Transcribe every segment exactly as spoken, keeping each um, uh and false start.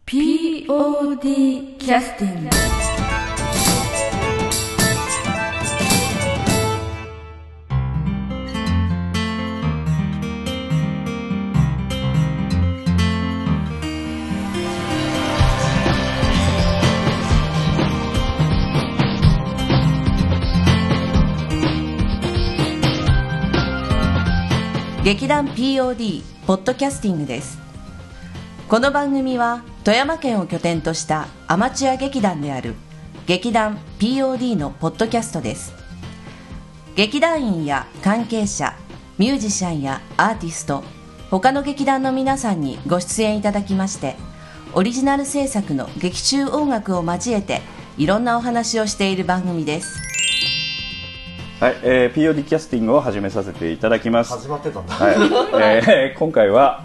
ピーオーディー キャスティング。劇団 ピーオーディー ポッドキャスティングです。この番組は富山県を拠点としたアマチュア劇団である劇団 ピーオーディー のポッドキャストです。劇団員や関係者、ミュージシャンやアーティスト、他の劇団の皆さんにご出演いただきまして、オリジナル制作の劇中音楽を交えていろんなお話をしている番組です。 はい、えー、ピーオーディー キャスティングを始めさせていただきます。 始まってたんだ、 はいえー、今回は、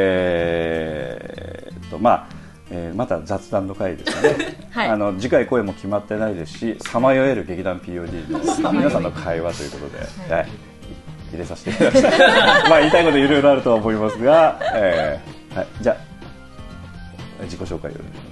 えー、とまあ、えー、また雑談の回ですね、はい、あの次回声も決まってないですし、さまよえる劇団 ピーオーディー の皆さんの会話ということで、はいはい、入れさせていただきましたまあ言いたいこといろいろあるとは思いますが、えーはい、じゃあ自己紹介をよろしくお願いします。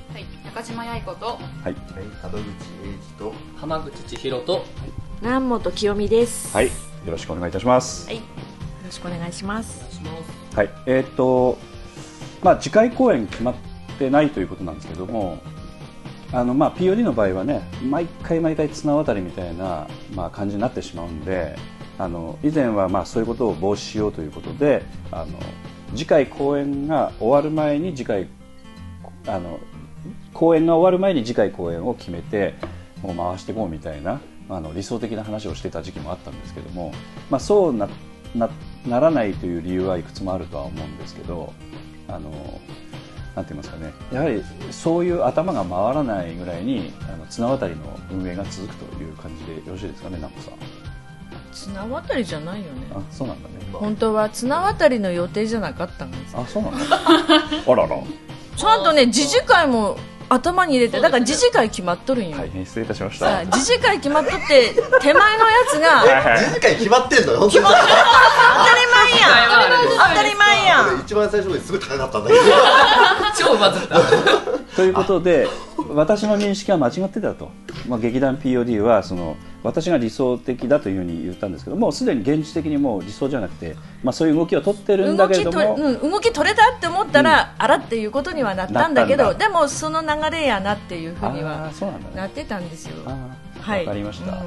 はい、中島八重子と、はい、 はい、門口英二と浜口千尋と、はい、 南本清美です。 はい、よろしくお願いいたします。 はい、よろしくお願いします。 はい、えーとまあ、次回公演決まってないということなんですけども、あの、まあ、ピーオーディー の場合はね、毎回毎回綱渡りみたいな、まあ、感じになってしまうんで、あの以前はまあそういうことを防止しようということで、あの次回公演が終わる前に次回あの公演が終わる前に次回公演を決めてもう回していこうみたいな、あの理想的な話をしていた時期もあったんですけども、まあ、そう な, な, ならないという理由はいくつもあるとは思うんですけど、あのなんて言いますかね、やはりそういう頭が回らないぐらいにあの綱渡りの運営が続くという感じでよろしいですかね、南本さん。 綱渡りじゃないよね。 あ、そうなんだね。 本当は綱渡りの予定じゃなかったんです。 あ、そうなんだあらら、 ちゃんとね、自治会も頭に入れて、だから自治会決まっとるんよ。 大変失礼いたしました。 自治会決まっとって手前のやつが自治会決まってんのよ。 決まってる。当たり前やん。当たり前やん。 一番最初まですごい高かったんだけど超バズったということで、私の認識は間違ってたと、まあ、劇団 ピーオーディー はその私が理想的だというふうに言ったんですけども、すでに現実的にもう理想じゃなくて、まあ、そういう動きを取ってるんだけれども、 動き, と、うん、動き取れたって思ったら、うん、あらっていうことにはなったんだけど、でもその流れやなっていうふうにはなってたんですよ。 はい、わかりました、うん、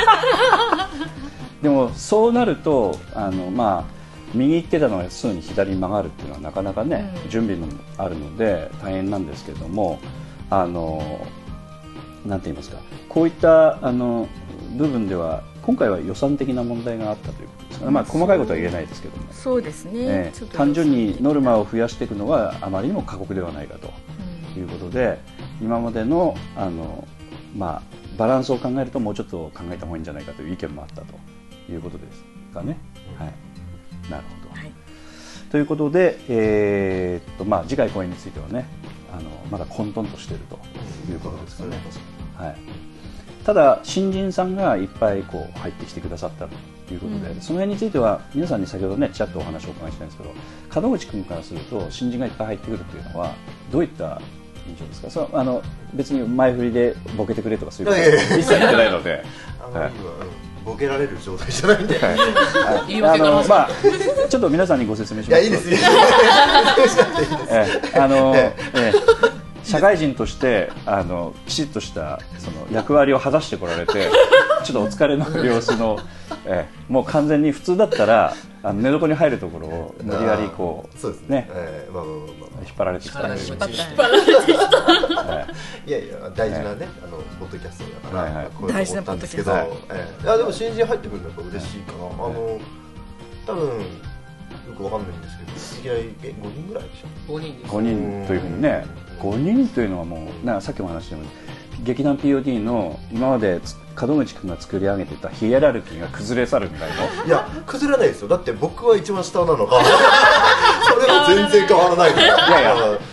でもそうなるとあの、まあ、右行ってたのがすぐに左に曲がるっていうのはなかなかね、うん、準備もあるので大変なんですけども、あのなんて言いますか、こういったあの部分では今回は予算的な問題があったということですかね。まあ、細かいことは言えないですけども、 そうですね、 えー、単純にノルマを増やしていくのはあまりにも過酷ではないかということで、うん、今までの、あの、まあ、バランスを考えるともうちょっと考えた方がいいんじゃないかという意見もあったということですかね、はい、なるほど、はい、ということで、えーっとまあ、次回公演についてはね、あのまだ混沌としているということですかね、はい、ただ新人さんがいっぱいこう入ってきてくださったということで、うん、その辺については皆さんに先ほどねちらっとお話をお伺いしたんですけど、門口君からすると新人がいっぱい入ってくるというのはどういった印象ですか。そあの別に前振りでボケてくれとかそういうことは一切言ってないのであの、はい、ボケられる状態じゃないんで、はいはい、あのまあちょっと皆さんにご説明しますと、いやいいですいいですえあの、ええ社会人としてあのきちっとしたその役割を果たしてこられてちょっとお疲れの様子の、えー、もう完全に普通だったらあの寝床に入るところを無理やりこうそうですね、 えーまあまあまあ、 引っ張られてきた引っ張られてきたいやいや大事なね、あのポッドキャストだから、はいはい、こういう大事なポッドキャスト、 えー、いやでも新人入ってくるのやっぱ嬉しいかな、はい、あの多分よくわかんないんですけど、いきなりごにんぐらいでしょ。 ごにんです。 ごにんというふうにね、ごにんというのはもうなんかさっきも話したように劇団 ピーオーディー の今まで門口君が作り上げてたヒエラルキーが崩れ去るみたいな。 いや崩れないですよ。だって僕は一番下なのがそれは全然変わらないから。いやいや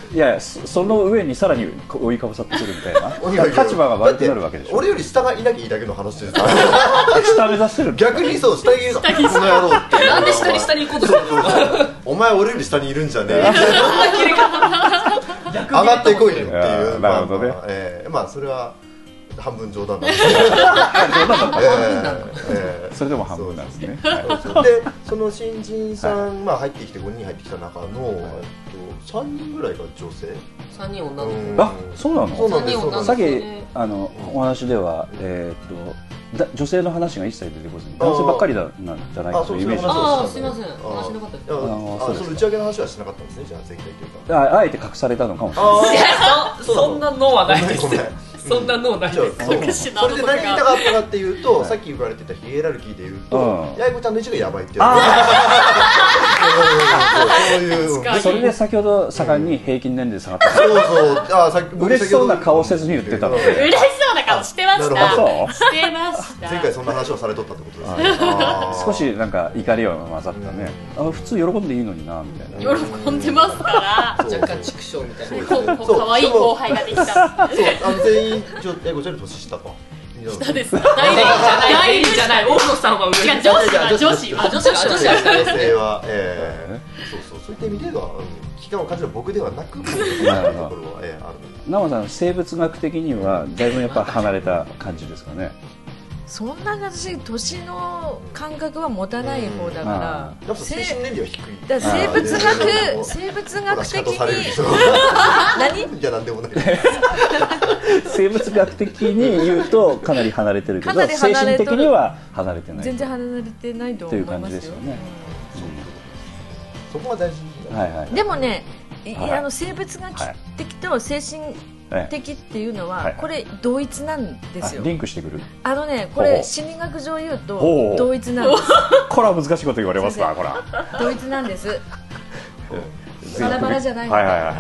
いやその上にさらに追いかぶさってくるみたいな立場が悪くなるわけでしょ。 俺より下がいなきゃいいだけの話です下目指してる逆にそう下にいるのこの野郎ってなんで下に下に行こうとするんですか。 お前俺より下にいるんじゃねえ上がってこいよっていう。 なるほどね。 えー、まあそれは半分冗談なんですけど、えー、 それでも半分なんですね。 でその新人さん、はい、まあ入ってきてごにん入ってきた中の、はい、さんにんぐらいが女性。 さんにん女の子。 あ、そうなの。 そうなんです。 さっきあのお話では、えー、っと女性の話が一切出てこずに男性ばっかりだなんじゃないかというイメージです。 ああ、すみません。話しなかったです。 あ、その打ち上げの話はしなかったんですね。じゃあ前回というか。 あ、あえて隠されたのかもしれない。 いや、そんなのはないです。そんなのないです。 それで何言いたかったかっていうと、さっき言われてたヒエラルキーでいうと、八重子ちゃんの位置がやばいっていう。 そういう。それで先ほど盛んに平均年齢下がった。 そうそう。あ、さっき嬉しそうな顔せずに言ってたので。 嬉しそうな顔してました。してました。 前回そんな話をされとったってことですね。 少しなんか怒りが混ざったね。あ、普通喜んでいいのになみたいな。喜んでますから。 若干畜生みたいな。 可愛い後輩ができた。そう、あの全員えごちゃんの年下か。 下です。 大連じゃない。大野さんは上。 違う、女子は女子は女子は女子は女性はええ、そうそうそういった意味では危機感を感じる僕ではなく、なるほど。 生さん生物学的にはだいぶやっぱ離れた感じですかね。 そんな私年の感覚は持たない方だから、 精神年齢は低い。 だ生物学生物学的に何？ いやなんでもない。 生物学的に言うとかなり離れてるけど、精神的には離れてない。 全然離れてないと思いますよ。 という感じですよね。 そこは大事。 はいはい。 でもね、あの生物学的と精神的っていうのはこれ同一なんですよ。 リンクしてくる。 あのね、これ心理学上言うと同一なんです。 これは難しいこと言われますか、これ。 同一なんです。バラバラじゃない。 はいはいはい。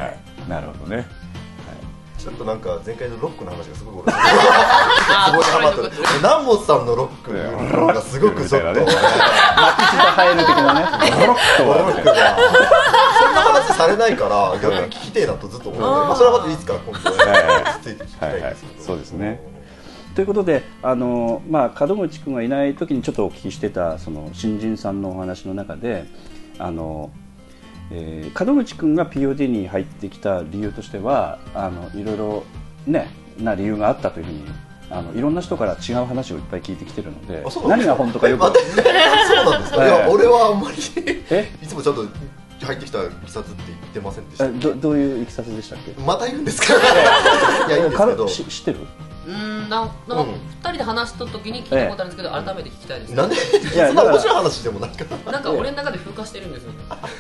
なるほどね。 ちょっとなんか前回のロックの話がすごく俺すごいハマった。南本さんのロックがすごくちょっとマキチとハエル的なね。ロックとロックがそんな話されないから逆に聞きてえなとずっと思って、まあそれはまたいつか今度ついて聞きたいですけど。 そうですね。ということで、あのまあ門口君がいない時にちょっとお聞きしてたその新人さんのお話の中で、あの。えー、門口君が ピーオーディー に入ってきた理由としてはあのいろいろ、ね、な理由があったというふうにあのいろんな人から違う話をいっぱい聞いてきてるので何が本当かよくそうなんですか、いや俺はあんまりいつもちゃんと入ってきたいきさつって言ってませんでしたっけ。 ど, どういういきさつでしたっけ。 また言うんですか。いやいいんですけど知ってる。 うんなんなんかふたりで話した時に聞いたことあるんですけど、改めて聞きたいです。 なんでいやそんな面白い話でもないからなんか俺の中で風化してるんですよね。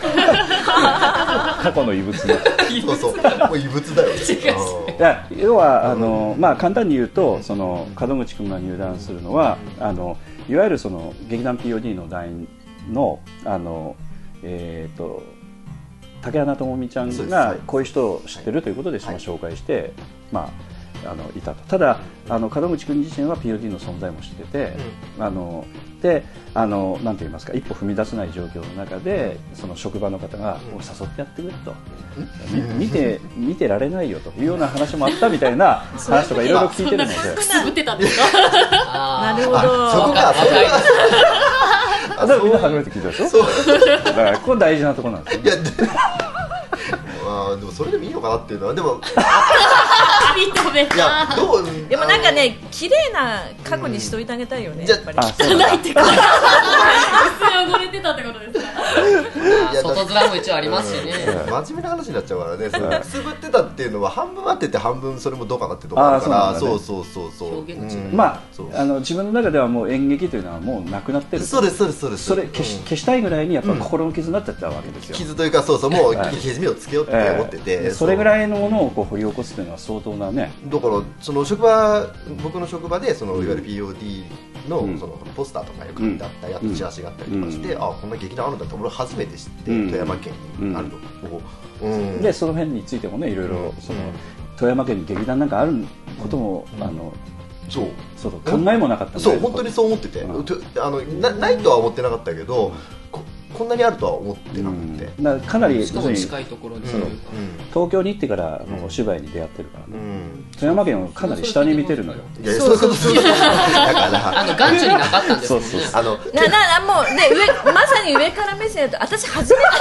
過去の異物のそうそうもう異物だよ。 いや要はあの、まあ、簡単に言うとその門口君が入団するのはあのいわゆるその劇団 ピーオーディー の団員のあのえーと竹穴智美ちゃんがこういう人を知ってるということで紹介して、まあ、あのいたと。ただあの門口君自身は ピーオーディー の存在も知ってて、うん、あのであのなんて言いますか一歩踏み出せない状況の中でその職場の方が「誘ってやってくれ」と「見て見てられないよ」というような話もあったみたいな話とかいろいろ聞いてるので。 くすぶってたんですか。 なるほど。 そこか。 だからみんな初めて聞いたでしょ。だからここ大事なところなんですよ。 いやまあでもそれでもいいのかなっていうのはでも認めた。 いやどうでもなんかね綺麗な過去にしといてあげたいよね。 やっぱり。 じゃないってこと。薄汚れてたってことですか。 外面も一応ありますしね。 真面目な話になっちゃうからね。それくすぶってたっていうのは半分あってて半分それもどうかなってところあるから。そうそうそうそう。 まああの自分の中ではもう演劇というのはもうなくなってる。 そうですそうですそうです。 それ消し消したいぐらいにやっぱ心の傷になっちゃったわけですよ。 傷というかそうそうもう歪みをつけようって思ってて。 それぐらいのものをこう掘り起こすというのは相当なね。 だからその職場僕の職場でそのいわゆる ピーオーディー のそのポスターとかよく書いてあったりあとチラシがあったりとかしてあこんな劇団あるんだって俺初めて知って富山県にあるの。 でその辺についてもねいろいろその富山県に劇団なんかあることもあのそうそう考えもなかった。 そう本当にそう思っててあのなないとは思ってなかったけどこんなにあるとは思ってなくて、 うん、だからかなりしかも近いところで、うん、 東京に行ってからもうお芝居に出会ってるからね、うん、富山県をかなり下に見てるのよ。 いやそういうことそういうことだからあの眼中になかったんですもんね。 そうそうそう、 あのななもうね上まさに上から目線だと私初めて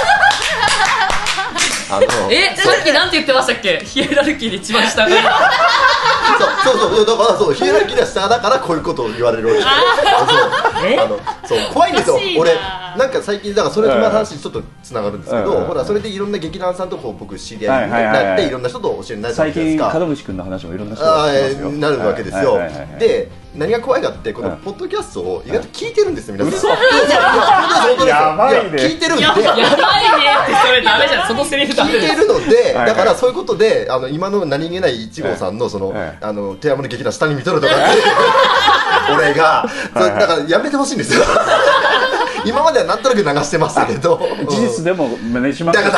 あのえさっきなんて言ってましたっけ？ヒエラルキーで一番下がそうそうそうだからそうヒエラルキーが下だからこういうことを言われるわけですよ。あのそう怖いんですよ俺なんか最近だからそれとの話ちょっとつながるんですけど、ほらそれでいろんな劇団さんとこう僕知り合いになっていろんな人と教えになるじゃないですか。 最近門口君の話もいろんな人がしてますよ。 なるわけですよ。で何が怖いかってこのポッドキャストを意外と聞いてるんですよ皆さん。 やばいね。 聞いてるんでやばいねってそれダメじゃん。そのセリフダメ聞いてるのでだからそういうことであの今の何気ない一号さんのそのあの富山の劇団下に見とるとかって俺がだからやめてほしいんですよ。今まではなんとなく流してましたけど事実でも真似しますよ。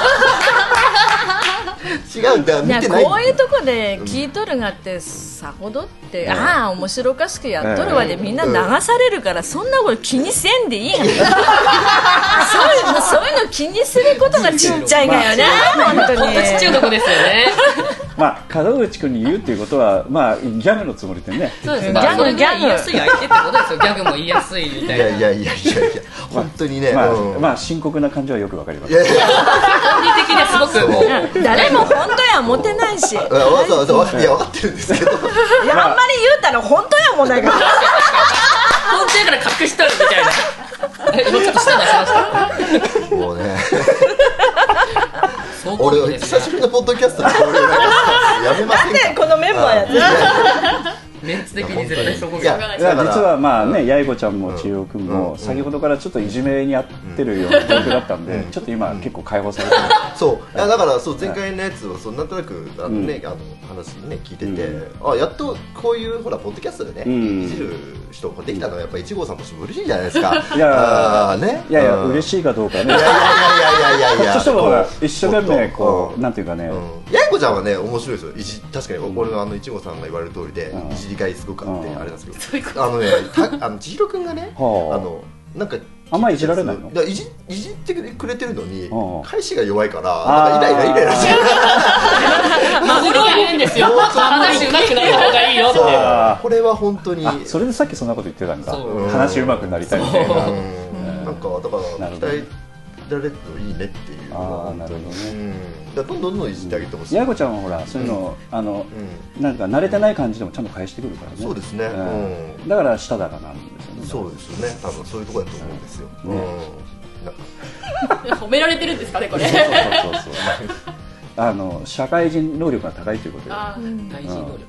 違うんだ見てない。 こういうとこで聞いとるがってさほどって、うん、ああ面白おかしくやっとるわでみんな流されるから、うん、そんなこと気にせんでいいそういうのそういうの気にすることがちっちゃいがよね、まあ、本当に本当ちっちゃいとこですよね。 まあ門口君に言うっていうことはまあギャグのつもりでね。 そうですね。ギャグギャグ言いやすい相手ってことですよ。ギャグも言いやすいみたいな。 いやいやいやいやいや本当にね。 まあ、 うん、 まあ深刻な感じはよくわかります。 いやいや論理的ですごく誰も本当やモテないし。 わざわざいや分かってるんですけど。 いやあんまり言うたら本当やもんないから。 本当やから隠しとるみたいな。もうちょっと舌出しました。 もうね。俺久しぶりのポッドキャストでこれやめませんか。 なんでこのメンバーやって。 メンツ的に絶対そこがいや実はまあね八重子ちゃんも千代君も先ほどからちょっといじめにあってるような状況だったんでちょっと今結構解放されてる。 そうだからそう前回のやつをそうなんとなくあのねあの話ね聞いててあやっとこういうほらポッドキャストでねいじる人ができたのはやっぱりいち号さんとしても嬉しいじゃないですか。 いやねいやいや嬉しいかどうかね。いやいやいやいやいやこっちともほら一生懸命こうなんていうかね八重子ちゃんはね面白いですよ。いじ確かに俺のあのいち号さんが言われる通りでいじ理解すごくあってあれなんですけどあのねあの千尋くんがねあのなんかあんまりいじられないの？ いじいじってくれてるのに返しが弱いからなんかイライライライラしてる。 守りがいるんですよ。話うまくなった方がいいよって。 これは本当にそれでさっきそんなこと言ってたんだ。話うまくなりたいみたいな。 なんかだから期待られるといいねっていう。 ああなるほどね。 だどんどんどんいじってあげてほしい。 八重子ちゃんはほらそういうのあのなんか慣れてない感じでもちゃんと返してくるからね。 そうですね。 だからしただかなんですよね。 そうですよね。多分そういうところだと思うんですよ。 褒められてるんですかねこれ。 そうそうそうそう。あの社会人能力が高いということで。 ああ対人能力。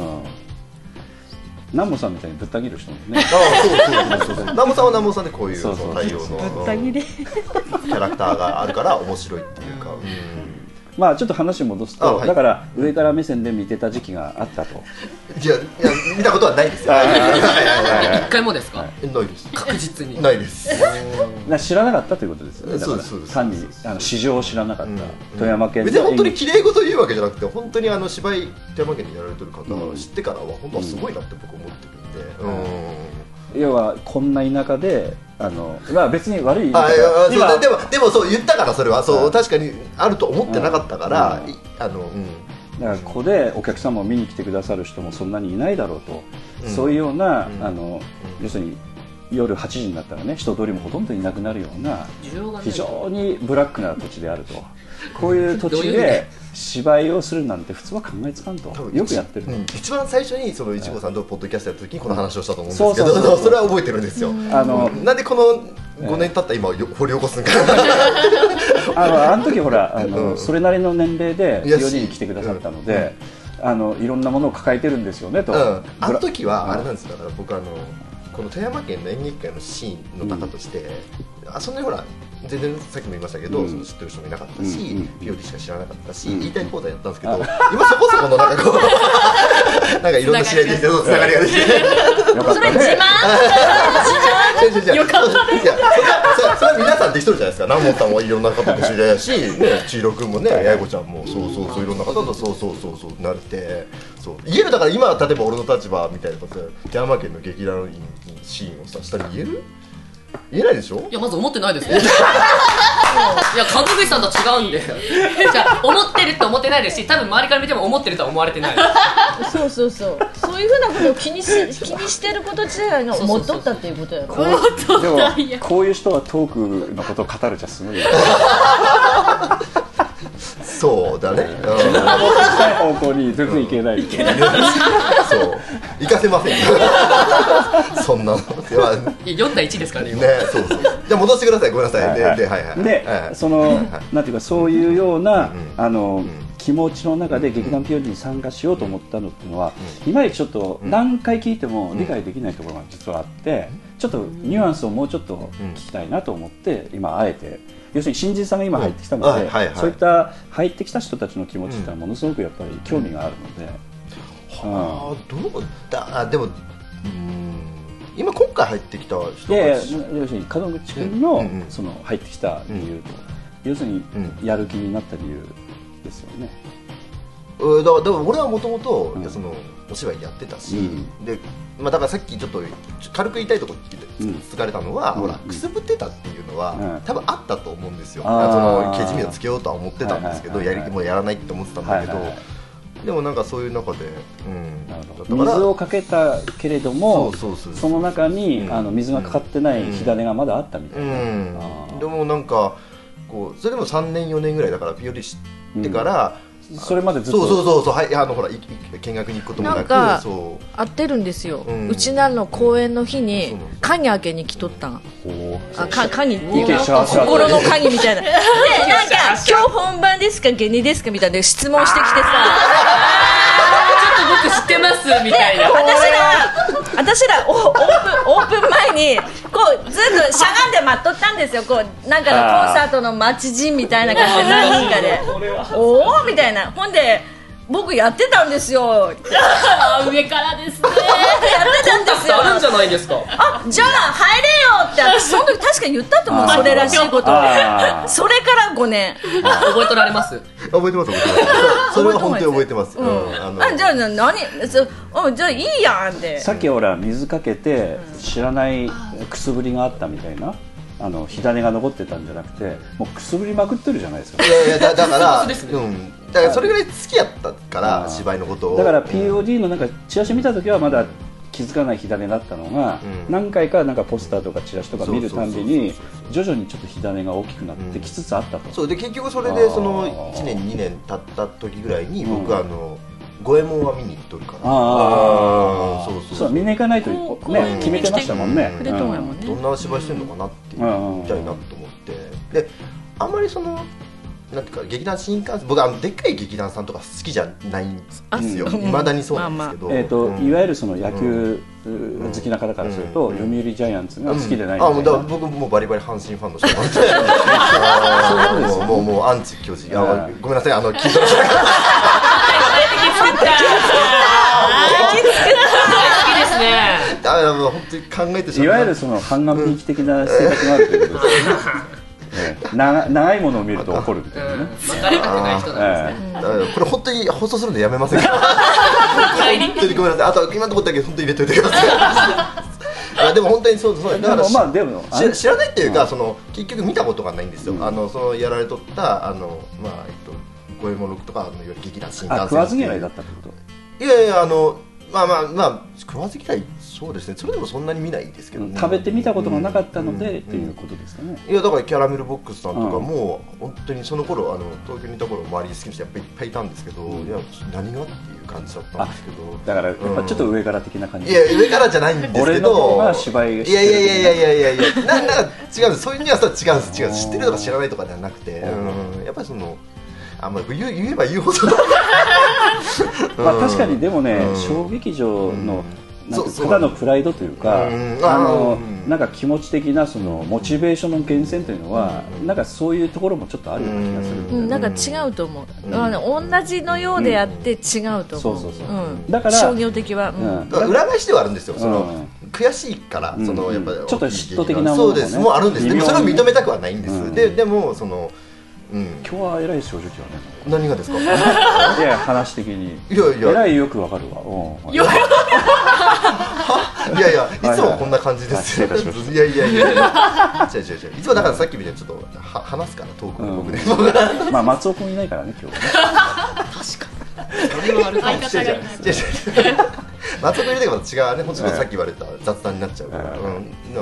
南本さんみたいにぶった切る人もね。 ああそうそうそうそう。南本さんは南本さんでこういう対応のぶった切りキャラクターがあるから面白いっていうか。 まあちょっと話戻すと、だから上から目線で見てた時期があったと。 いやいや見たことはないですよ。 一回もですか？ ないです。 確実にないです。 知らなかったということですよね。 そうですそうです。 単にあの市場を知らなかった富山県。 別に本当に綺麗事言うわけじゃなくて本当にあの芝居富山県でやられてる方を知ってからは本当はすごいなって僕思ってるんで。 要はこんな田舎であのまあ別に悪いあいやそうでもでもそう言ったからそれはそう確かにあると思ってなかったからあのだからここでお客さんも見に来てくださる人もそんなにいないだろうと、うん、そういうような、うん、あの要するに夜はちじになったらね人通りもほとんどいなくなるような非常にブラックな土地であるとこういう土地で芝居をするなんて普通は考えつかんとよくやってる、うん、 一番最初にそのいち号さんとポッドキャストやった時にこの話をしたと思うんですけどそれは覚えてるんですよ。あのなんでこのごねん経った今掘り起こすんかあのあの時ほらあの、うん、それなりの年齢でよにん来てくださったので、うん、あのいろんなものを抱えてるんですよねと、うん、 あの時はあれなんですよ。だから僕あのこの富山県の演劇界のシーンの中として、うん、あそんなにほら全然さっきも言いましたけど、うん、その知ってる人もいなかったし、うん、ピーオーディー しか知らなかったし、うん、言いたい放題やったんですけど、うん、今そこそこのなんかこうなんかいろんな知り合いできてつながりができてそれ自慢よかったね。いやそれは皆さんできとるじゃないですか。南本さんもいろんな方と知り合いだし、ね、千尋君もね、八重子ちゃんもそうそうそういろんな方とそうそうそうそうなれて、そう言えるだから今例えば俺の立場みたいなことで富山県の劇団員シーンをさ下に言える？ 言えないでしょ。 いやまず思ってないですよいや門口さんと違うんでじゃあ思ってるって思ってないですし、多分周りから見ても思ってるとは思われてないそうそうそうそういうふうなことを気にし気にしてること自体が思っとったっていうことやろ。 こうでもこういう人はトークのことを語るじゃすごいそうだね。 自分が持ってきたい方向に全然いけないみたいな。 そう行かせませんそんなのではよん対いちですからね今ね。そうそう。じゃあ戻してください。ごめんなさい。でではいはいで、 はいそのなんていうかそういうようなあのん気持ちの中で劇団 ピーオーディー に参加しようと思ったのっていうのは、いまいちちょっと何回聞いても理解できないところが実はあって、ちょっとニュアンスをもうちょっと聞きたいなと思って今あえて、要するに新人さんが今入ってきたので、そういった入ってきた人たちの気持ちってのはものすごくやっぱり興味があるので、 はあ、どうだ。でも今今回入ってきた人たち、 いやいや、要するに門口君の、 うんうん、 その入ってきた理由と、うん、要するに、うん、やる気になった理由ですよね。 うん、だから俺はもともとお芝居やってたし、うん、でまあ、だからさっきちょっと軽く言いたいところにつかれたのは、うん、ほらくすぶってたっていうのは、うん、多分あったと思うんですよ。そのけじめをつけようとは思ってたんですけど、やりもうやらないって思ってたんだけど、はいはいはい、でもなんかそういう中で、うん、 なるほど、水をかけたけれどもその中に、うん、あの水がかかってない火種がまだあったみたいな、うんうん、でもなんかこうそれでもさんねんよねんぐらいだから ピーオーディー 知ってから、 うん、それまでずっとそうそうそうそう、はい、あのほら見学に行くこともなく、 なんかそう合ってるんですよ、うん、うちらの公演の日に鍵開けに来とったが、あか鍵っていうか心の鍵みたいなでなんか今日本番ですかゲネですかみたいな質問してきてさちょっと僕知ってますみたいな。 私ら私らオープンオープン前にこうずっとしゃがんで待っとったんですよ。こうなんかのコンサートの待ち陣みたいな感じで何人かでおおみたいな。ほんで僕やってたんですよあ上からですねやってたんですよ。 あるんじゃないですか。 あじゃあ入れよって私その時確かに言ったと思う。それらしいことをそれからごねん覚えとられます。 覚えてます覚えてますそれは本当に覚えてます、うん、 あのあじゃあ何そあじゃあいいやんって。 さっきほら水かけて知らないくすぶりがあったみたいな、あの火種が残ってたんじゃなくてもうくすぶりまくってるじゃないですか。 いやいや だ, だからうんだからそれぐらい好きやったから芝居のことを。 だから ピーオーディー のなんかチラシ見た時はまだ気づかない火種だったのが、うん、何回かなんかポスターとかチラシとか見るたんびに徐々にちょっと火種が大きくなってきつつあったと、うん、 そうで結局それでそのいちねんにねん経った時ぐらいに僕はあの五右衛門は見に行っとるから、 ああそうそうそう見に行かないとね決めてましたもんね。 どんな芝居してるのかなって見たいなと思ってであんまりそのなんていうか劇団新幹線僕あのでっかい劇団さんとか好きじゃないんですよ。未だにそうなんですけど、 えーとうん、いわゆるその野球好きな方からすると、うん、読売ジャイアンツが好きでないみたいな、 うん、あだから僕もバリバリ阪神ファンの人なんでもうもうアンチ巨人あごめんなさいあの聞いてました大好きですね。 だからもう本当に考えてしまう。 いわゆるその半眼的的な性格があるということですね。長, 長いものを見ると怒るみたいなね。 分かりたくない人なんですね。 えー、これ本当に放送するのやめませんか。本当にごめんなさい。あと今のところだけ本当に入れといてください。あでも本当にそうそうだからまあでも知, 知らないっていうか、うん、その結局見たことがないんですよ。うん、あのそのやられとったあのまあえっと五右衛門六とかのより劇団新幹線。あ食わず嫌いだったってこと。 いやいやあのまあまあまあ食わず嫌いそうですね。それでもそんなに見ないですけど、ね、 食べてみたことがなかったので、うん、っていうことですかね。 いやだからキャラメルボックスさんとかも、うん、本当にその頃あの東京にいた頃周りに好きな人やっぱりいっぱいいたんですけど、うん、いや何がっていう感じだったんですけど、 だからやっぱちょっと上から的な感じ、 うん、いや上からじゃないんですけど俺の方が芝居が知ってる、 いやいやいやいやいやいやいやなんか違うんですそういうニュアンスは違うんです違う知ってるとか知らないとかではなくて、うん、やっぱりそのあんまり 言, 言えば言うほどまあ確かにでもね、うん、小劇場のなんかただのプライドというか、うん、あのなんか気持ち的なそのモチベーションの源泉というのは、うん、なんかそういうところもちょっとあるような気がする、うん、 なんか違うと思う、うん、あの同じのようであって違うと思う、 そうそうそう、 うん、 だから商業的は、うんうん、だから裏返しではあるんですよその、うん、悔しいから、そのやっぱりちょっと嫉妬的なものも、ね、 そうですもうあるんですでもそれを認めたくはないんです、うん、で, でもそのうん、 今日はえらい正直はね。 何がですか？いや話的に。 いやいや。 えらいよくわかるわ。うん。いやいやいつもこんな感じですよ。いやいやいや。違う違う違う。いつもだからさっきみたいにちょっとは話すからトークの僕ね。 うん、まあ松尾君いないからね今日はね。 確かに。それはあるかもしれない。 松尾君いる時はまた違うね。もちろんさっき言われた雑談になっちゃうから、うん、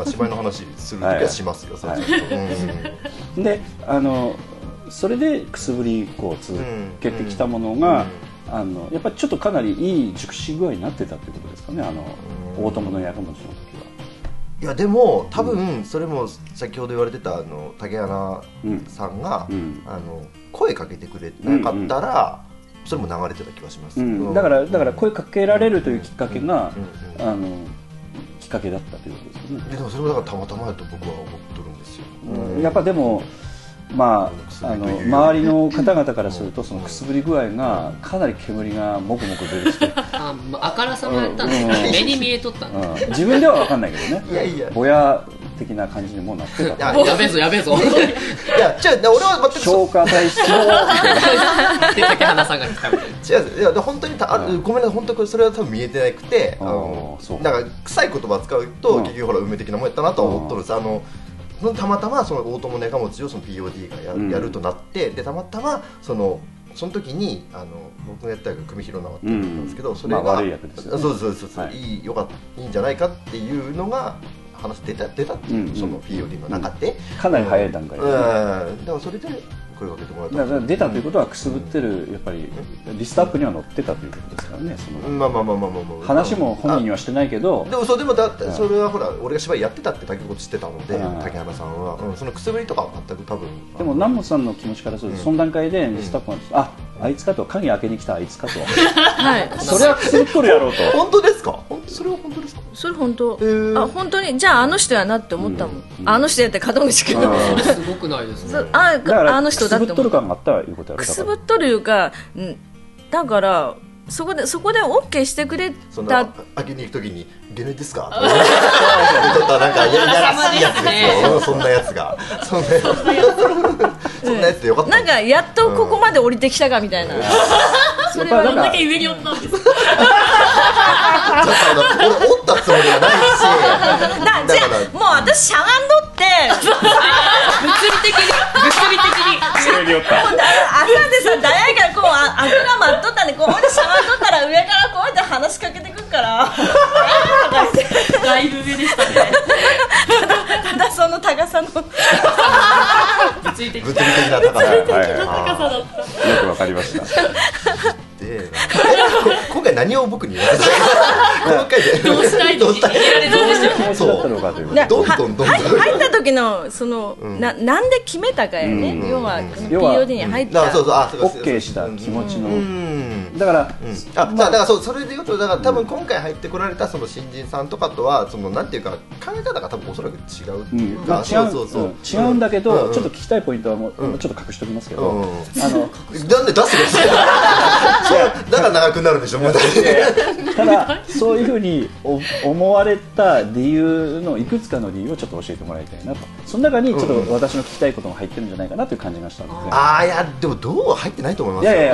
芝居の話する時はしますよ。 で、あのそれでくすぶりこう続けてきたものが、あのやっぱりちょっとかなりいい熟し具合になってたということですかね。あの大友のやかもちの時は。 いやでも多分それも先ほど言われてたあの竹穴さんが、うん、あの声かけてくれなかったら。うんうんそれも流れてた気がします、うん、 だからだから声かけられるというきっかけが、うん、あのきっかけだったということですよね。 でもそれもだからたまたまだと僕は思ってるんですよ、 うん、やっぱでもまあ、あの周りの方々からするとそのくすぶり具合がかなり煙がもくもく出てきてあ、まあ、あからさまやったんですけど、うん、目に見えとったんで、 うん、自分では分かんないけどね。 いやいやぼや的な感じにもなってた。 やべえぞやべえぞ。 いやじゃあ俺は全く消化体質ので竹花さんが来たみたいな。 違ういや本当にたあ、うん、ごめんなさい本当にそれは多分見えてなくて、あのなんか臭い言葉を使うと、うん、結局ほら運命的なもんやったなとは思っとるんです。あのたまたまその大友ねかもちをその ピーオーディー が や,、うん、やるとなってでたまたまそのその時にあの僕がやった役組広縄って言うんですけど、うん、それが、 まあ、悪い役ですよね。 そうそうそうそう、はい、いいよかったいいんじゃないかっていうのが話出た出たっていう、うん、その ピーオーディー の中で、 うん、かなり早い段階で、ね、うん、 だからそれで声かけてもらっただから出たということはくすぶってるやっぱりリストアップには載ってたということですからね。そのまあまあまあまあまあ、まあ、 話も本人にはしてないけどでもそうでもだってそれはほら俺が芝居やってたってだけこと知ってたので竹原さんは、うん、そのくすぶりとかは全く多分でも南本さんの気持ちからすると、うん、その段階でリストアップが、うん、ああいつかと鍵開けに来たあいつかとはいそれはくすぶっとるやろうと本当ですか本当それは本当ですかそれ本当、えー、あ本当にじゃああの人やなって思ったもん、うんうん、あの人やって門口君すごくないですね。 ああの人だって思った。 くすぶっとる感があったらいうことやろ。 くすぶっとるいうかだからそこでそこで OK してくれた。 そんな開けに行くときにゲネですかとかちょっとなんかやらしいやつですよ。そんなやつがそんなやつそんなやつでよかった。 なんかやっとここまで降りてきたかみたいな。 それはどんだけ上におったんですか。 俺折ったつもりはないし。 だじゃあもう私しゃがんどって物理的に物理的に上におった。 朝でさ大学からこうああぐが待っとったんでこうでしゃがんどったら上からこうやって話しかけてくるから。 だいぶ上でしたね。 ただその高さの物理的物理的な高さ、はい高さだった。 よくわかりました。 で今回何を僕に言われたこの回でどうしたいのに入れられたんでしょう。 気持ちだったのかということどんどんどんどん入った時のその、うん、な, なんで決めたかやね、うん、要は ピーオーディー に入った OK した気持ちの、うん、だから、うんあまあ、だからそうそれで言うとだから多分今回入ってこられたその新人さんとかとはそのなんていうか考え方が多分おそらく違うっていうか、 うん、違うそうそう、違うんだけど、うん、ちょっと聞きたいポイントはもう、うん、ちょっと隠しておきますけど、うん、あのなんで出すんですかだから長くなるんでしょうただそういうふうに思われた理由のいくつかの理由をちょっと教えてもらいたいなと。その中にちょっと私の聞きたいことも入ってるんじゃないかなという感じがしたので、 うん、ああいやでもどう入ってないと思いますよ。 いやいや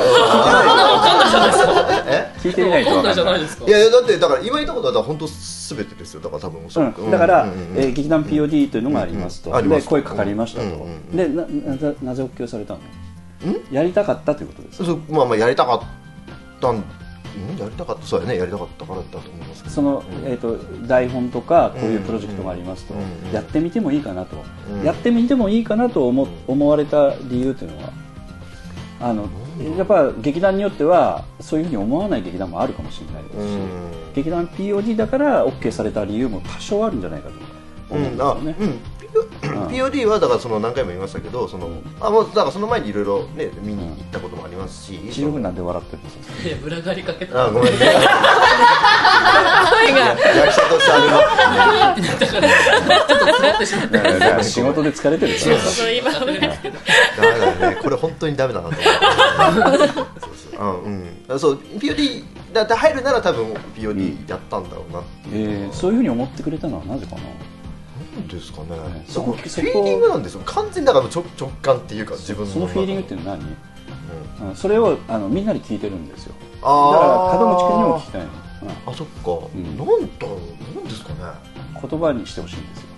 聞いてみないと分かんない。 いやいやだってだから今言ったことは本当すべてですよ。だから多分おそらく、 うん、だから、うんうんえー、劇団 ピーオーディー というのがありますと、うんうん、で声かかりましたと、うんうん、で な, な, なぜ OK されたの？んやりたかったということですか？ そうまあまあやりたかったんやりたかったそうやねやりたかったからだと思いますけど、 その、うんえー、と台本とかこういうプロジェクトがありますと、うんうん、やってみてもいいかなと、うん、やってみてもいいかなと 思, 思われた理由というのはあの、うん、やっぱ劇団によってはそういうふうに思わない劇団もあるかもしれないですし、うん、劇団 ピーオーディー だから OK された理由も多少あるんじゃないかと思うんですよね。 うんピーオーディー はだからその何回も言いましたけどそのあもうだからその前にいろいろね見に行ったこともありますし、 一応なんで笑ってるんですか？ いや裏返りかけた。 あごめんね。 声が役者としてあるの。 だからちょっと詰ってしまって。 仕事で疲れてるから。 そう今ダメですけど。 ダメだね。これ本当にダメだなと思って。そうそうあうんそう ピーオーディー だって入るなら多分 ピーオーディー やったんだろうなっていう、 えー、そういうふうに思ってくれたのはなぜかな。 ですかね、 ねそこそこフィーリングなんですよ、完全にだから直直感っていうか自分のそのフィーリングっていうのは何、 うんうん、それをあのみんなに聞いてるんですよ。だあから門口君にも聞きたいの、 あそっか、 うんなんだろう、なんですかね、 うん、言葉にしてほしいんですよ。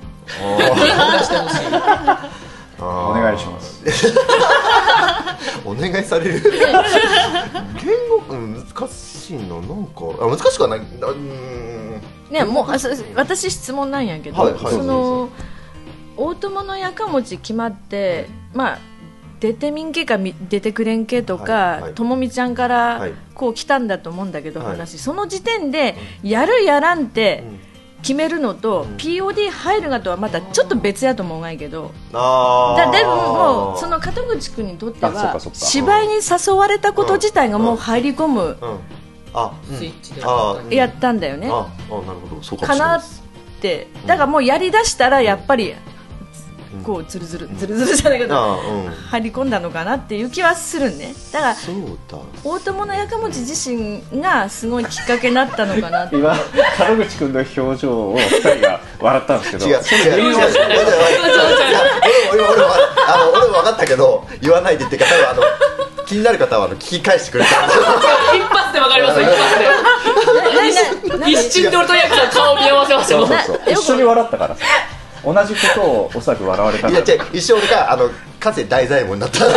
あお願いします。 お願いされる言語、うん、難しいな、なんかあ難しくはない、うんね、もうあそ私質問なんやけど、 はいはいその大友のやかもち決まって、まあ出てみんけかみ出てくれんけとか、 はいはいともみちゃんかはらいこう来たんだと思うんだけど、 はい話その時点でやるやらんってうん決めるのと、 うんピーオーディー 入るがとはまたちょっと別やと思うんがいけど、 あだでももうその門口君にとってはあそっかそっか芝居に誘われたこと自体がもう入り込む、 うんあ、うん、 スイッチであーやったんだよね、 ああなるほど、そうかもかなっしれないです。 て、だからもうやりだしたらやっぱりこうズルズルズルズルじゃないけど、 あー、うん、 入り込んだのかなっていう気はするね。だからそうだ。 大友のやかもち自身がすごいきっかけになったのかなって。 今門口君の表情をふたりが笑ったんですけど、 違う違うその理由は違う違う違う違う俺俺俺俺あの俺も分かったけど言わないでっていうか、多分あの気になる方はあの聞き返してくれた。 一発でわかりますよ、一発で。一瞬で俺とヤクさん顔見合わせましたもん。 そうそうそう一緒に笑ったからさ、同じことをおそらく笑われたんだいや違う、一瞬俺があのかつて大左衛門になった。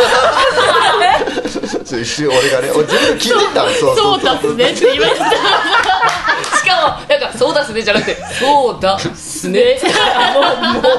一瞬俺がね、俺自分で聞いてたの。そうそうだっすねって言いました。しかも、なんか、そうだっすねじゃなくて、そうだっすね。もう、もう、もう、もう、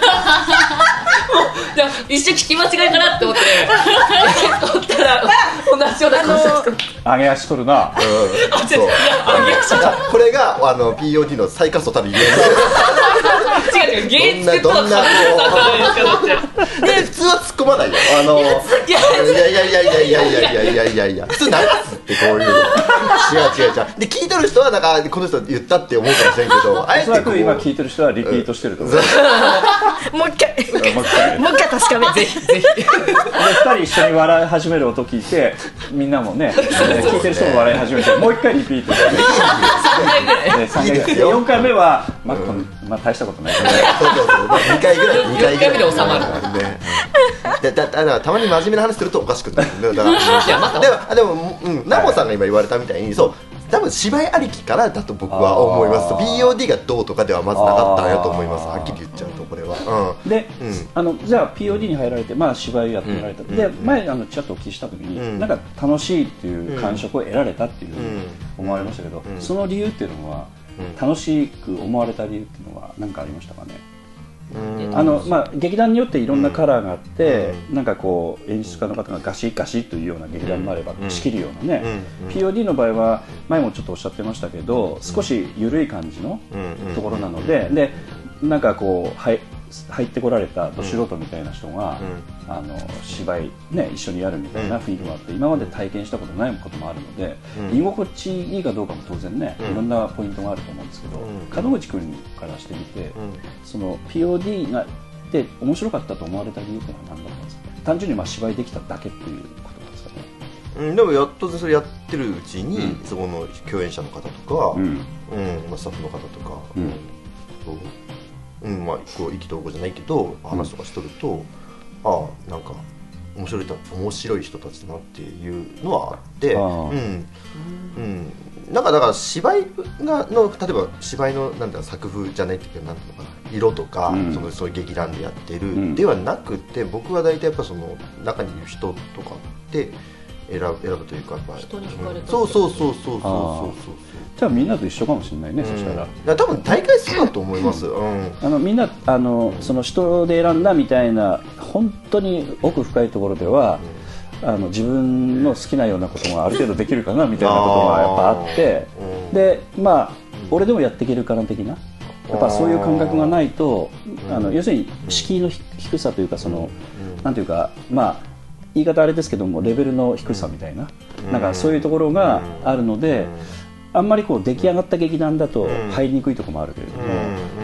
じゃ一瞬聞き間違いかなって思って、思ったら、同じような顔した上げ足取るな。 うんそうこれがあの ピーオーディー の最下層たるゆえん。 違う違う、芸術とはどんな考えたじゃないですか、だって。 で普通は突っ込まないよ。あのいやいやいやいやいやいやいやいやいやいや普通流すってこういうの。違う違う違う。で聞いてる人はなんかこの人言ったって思うかもしれんけど、あえおそらてこうく今聞いてる人はリピートしてると思う。 もう一回もう一回もう一回確かめぜひ、ぜひ。 でふたり一緒に笑い始める音聞いて、みんなもね、聞いてる人も笑い始めて、もう一回リピートして、でさんかいいいですよよんかいめは、まあこんまあ、大したことないけど、 そうそうそうにかいぐらいにかいぐらいよんかいめで収まるね。でだだからたまに真面目な話するとおかしくなる。だからいやまたでもあでもうんナモさんが今言われたみたいに、そう多分芝居ありきからだと僕は思います。 あーピーオーディー がどうとかではまずなかったんやと思います。はっきり言っちゃうとこれは。 で、 うんあのじゃあ ピーオーディー に入られて、まあ、芝居やってられた、 うんでうん前あのちらっとお聞きした時に、 うんなんか楽しいっていう感触を得られたっていうふうにうん思われましたけど、 うんその理由っていうのは、 うん楽しく思われた理由っていうのは何かありましたかね。 うんあのまあ、劇団によっていろんなカラーがあって、 うんなんかこう演出家の方がガシガシというような劇団もあれば、 うん仕切るようなね、 うんピーオーディー の場合は前もちょっとおっしゃってましたけど、少し緩い感じのうんところなので、でなんかこうはい入ってこられたど素人みたいな人が、あの芝居、ね、一緒にやるみたいな雰囲気もあって、今まで体験したことないこともあるので、 うん居心地いいかどうかも当然ね、 うんいろんなポイントがあると思うんですけど、 うん門口君からしてみて、 うんその ピーオーディー がで面白かったと思われた理由っていうのは何だったんですかね。単純にまあ芝居できただけっていうことなんですかね。 うん、でもやっとそれやってるうちに、 うんそこの共演者の方とか、 うんうんまあ、スタッフの方とか、 うんこううんまあ、こう意気投合じゃないけど話とかしとると、ああなんか面白いた面白い人たちだなっていうのはあって、 ああうんうん、なんかだから芝居がの例えば芝居のなんだろう作風じゃないっていうかなんていうのかな色とか、 うんそのそういう劇団でやってる、 んではなくて、僕は大体やっぱその中にいる人とかって選ぶ選ぶというかやっぱ人に惹かれたうんそうそうそうそうそうそうそうじゃあみんなと一緒かもしれないね、そしたら。 いや多分大会そうだと思います、うんあのみんなあのその人で選んだみたいな本当に奥深いところでは、あの自分の好きなようなことがある程度できるかなみたいなことがやっぱあって、 うんでまあ俺でもやっていけるかな的な、やっぱそういう感覚がないと、あの要するに敷居のひ低さというか、その、なんていうか、まあ言い方あれですけどもレベルの低さみたいな、なんかそういうところがあるので、あんまりこう出来上がった劇団だと入りにくいところもあるけれども、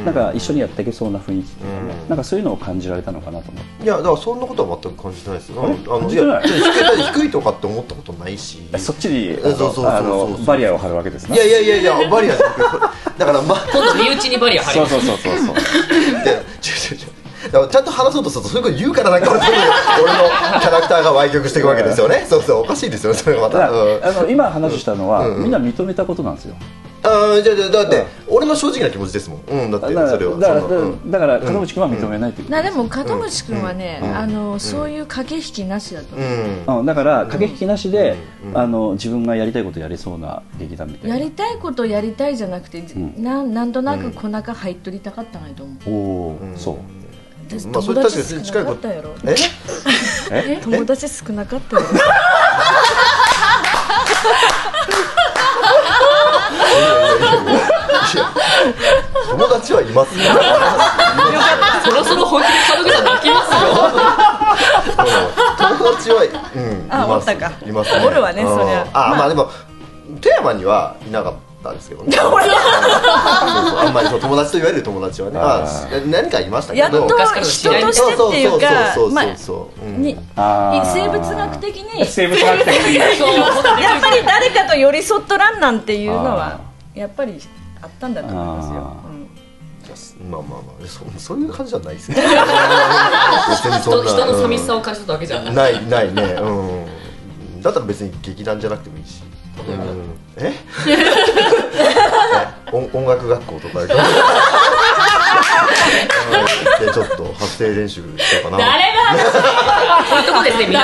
なんか一緒にやっていけそうな雰囲気とかね、うん、なんかそういうのを感じられたのかなと思って。 いやだからそんなことは全く感じてないですよ。あの感じてない。 いや低いとかって思ったことないし。 そっちにバリアを張るわけですね。 いやいやいやいやバリアじゃなくてだからま今度身内にバリア張ります。 そうそうそうそう。 でちょちょちょだからちゃんと話そうとするとそういうこと言うからなんか俺のキャラクターが歪曲していくわけですよね。そうそうおかしいですよそれがまた、うん、あの今話したのは、うん、みんな認めたことなんですよ。 あじゃあだって、うん、俺の正直な気持ちですもん、うん、だってそれはだからだから、だから門口君は認めないということです。でも門口君はね、うん、あのそういう駆け引きなしだと思う、 うん、だから駆け引きなしで、うん、あの自分がやりたいことやりそうな劇団みたいな。 やりたいことやりたいじゃなくて、うん、な, なんとなく小中入っとりたかったないと思う、 おお、うん、そう。 まあ、それ確かに近いこと。 ええ友達少なかったよ。 友達はいますね。 そろそろ本気で門口さん泣きますよ。友達は、うん、います。 あ、おったか。 いますね。 おるわね、そりゃ。 あ、まあでも富山にはいなかった。ですけどね、そうそうあんまりそう友達と言われる友達はね、あ何かいましたけど、 やっと人としてっていうか、まあ生物学的に生物学的にやっぱり誰かと寄り添っとらんなんていうのはやっぱりあったんだと思いますよ。 まあまあまあ そ, そういう感じじゃないですね。 人, 人の寂しさを感じただけじゃないないないね、うん、だったら別に劇団じゃなくてもいいし、うん、え音, 音楽学校とかでちょっと発声練習しようかな。 誰がこういうとこですねみん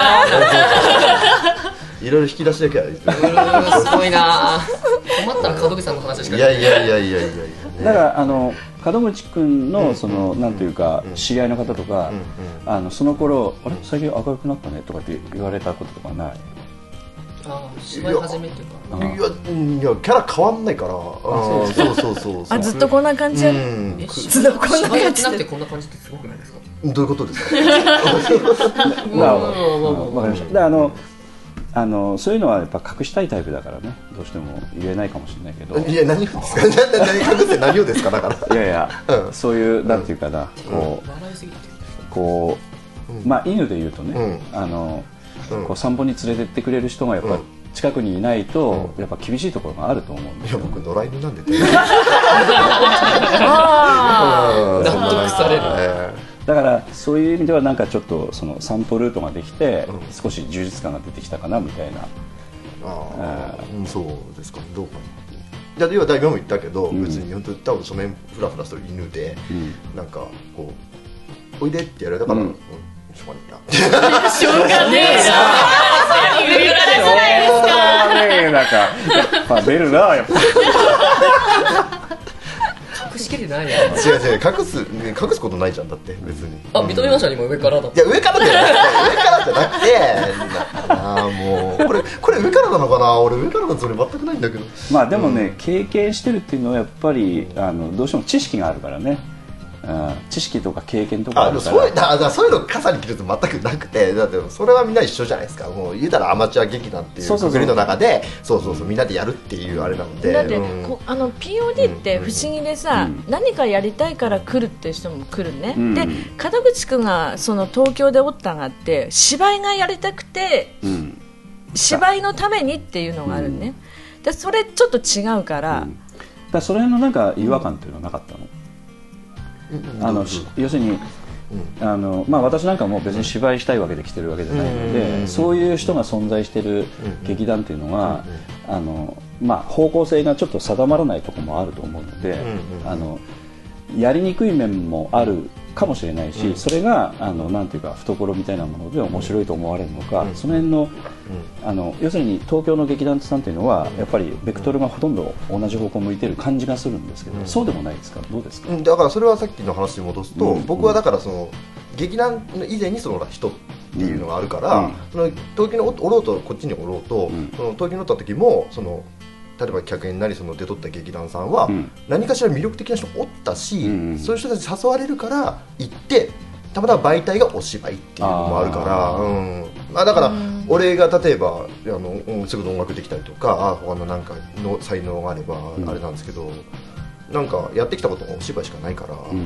ないろいろ引き出しだけはすごいな。困ったら門口さんの話しかいやいやいやいやいやいや、ね、 だからあの門口君のその、うん、なんていうか、うん、知り合いの方とか、うん、あのその頃あれ最近明るくなったねとかって言われたこととかない？ あ芝居始めてかいやいやいやキャラ変わんないから。あそうそうそうそうあずっとこんな感じや、うん、ずっとこんな感じなくてこんな感じってすごくないですか？ どういうことですか？ まあわかりました。であのあのそういうのはやっぱ隠したいタイプだからね、どうしても言えないかもしれないけど。 いや何をですか？何隠して何をですか？だからいやいや、うん、そういうなんていうかな、こう、うん、こう、うん、まあ犬で言うとね、うん、あの、うん、こう散歩に連れてってくれる人がやっぱ、うん、近くにいないと、うん、やっぱ厳しいところがあると思うんですよ。 いや僕野良犬なんでね。 納得される。 えーだからそういう意味ではなんかちょっとその散歩ルートができて、うん、少し充実感が出てきたかなみたいな。 ああ、うん、そうですか。どうかな。いや今も言ったけど、うん、別に本当に多分その辺フラフラする犬で、うん、なんかこうおいでってやられたから、うんうん、しょうがないな。 しょうがねえな。言うからじゃないですか。 なんか出るなやっぱ。 隠しきれないやん。 違う違う隠す隠すことないじゃんだって別に。 あ認めましたね今上からだ。 いや上からじゃなくて上からじゃなくてああもうこれこれ上からなのかな。俺上からのつもり全くないんだけど。 まあでもね、うん、経験してるっていうのはやっぱりあのどうしても知識があるからね。うん、知識とか経験とかあるから。 あそういうだだそういうの傘に切ると全くなくて、だってそれはみんな一緒じゃないですか。もう言うたらアマチュア劇団っていうくくりの中でそうそうそうみんなでやるっていうあれなので。 だって、うん、こあの ピーオーディー って不思議でさ、うん、何かやりたいから来るっていう人も来るね、うん、で門口君がその東京でおったがって芝居がやりたくて、うん、芝居のためにっていうのがあるね、うん、でそれちょっと違うから、うん、だからそれのなんか違和感っていうのはなかったの？あの要するに、うんあのまあ、私なんかも別に芝居したいわけで来てるわけじゃないので、そういう人が存在している劇団っていうのは、あのまあ、方向性がちょっと定まらないところもあると思うので、あのやりにくい面もあるかもしれないし、うん、それがあのなんていうか懐みたいなもので面白いと思われるのか、うん、その辺の、うん、あの要するに東京の劇団さんというのは、うん、やっぱりベクトルがほとんど同じ方向を向いている感じがするんですけど、うん、そうでもないですか？どうですか？ うん、だからそれはさっきの話に戻すと、うん、僕はだからその劇団の以前にその人っていうのがあるから、うん、その東京におろうとこっちにおろうと、うん、その東京におった時もその例えば客演なりその出とった劇団さんは何かしら魅力的な人おったし、うん、そういう人たち誘われるから行ってたまたま媒体がお芝居っていうのもあるから、うんまあ、だから俺が例えばあのすぐ音楽できたりとか他のなんかの才能があればあれなんですけど、 なんかやってきたことがお芝居しかないから、 うんうん、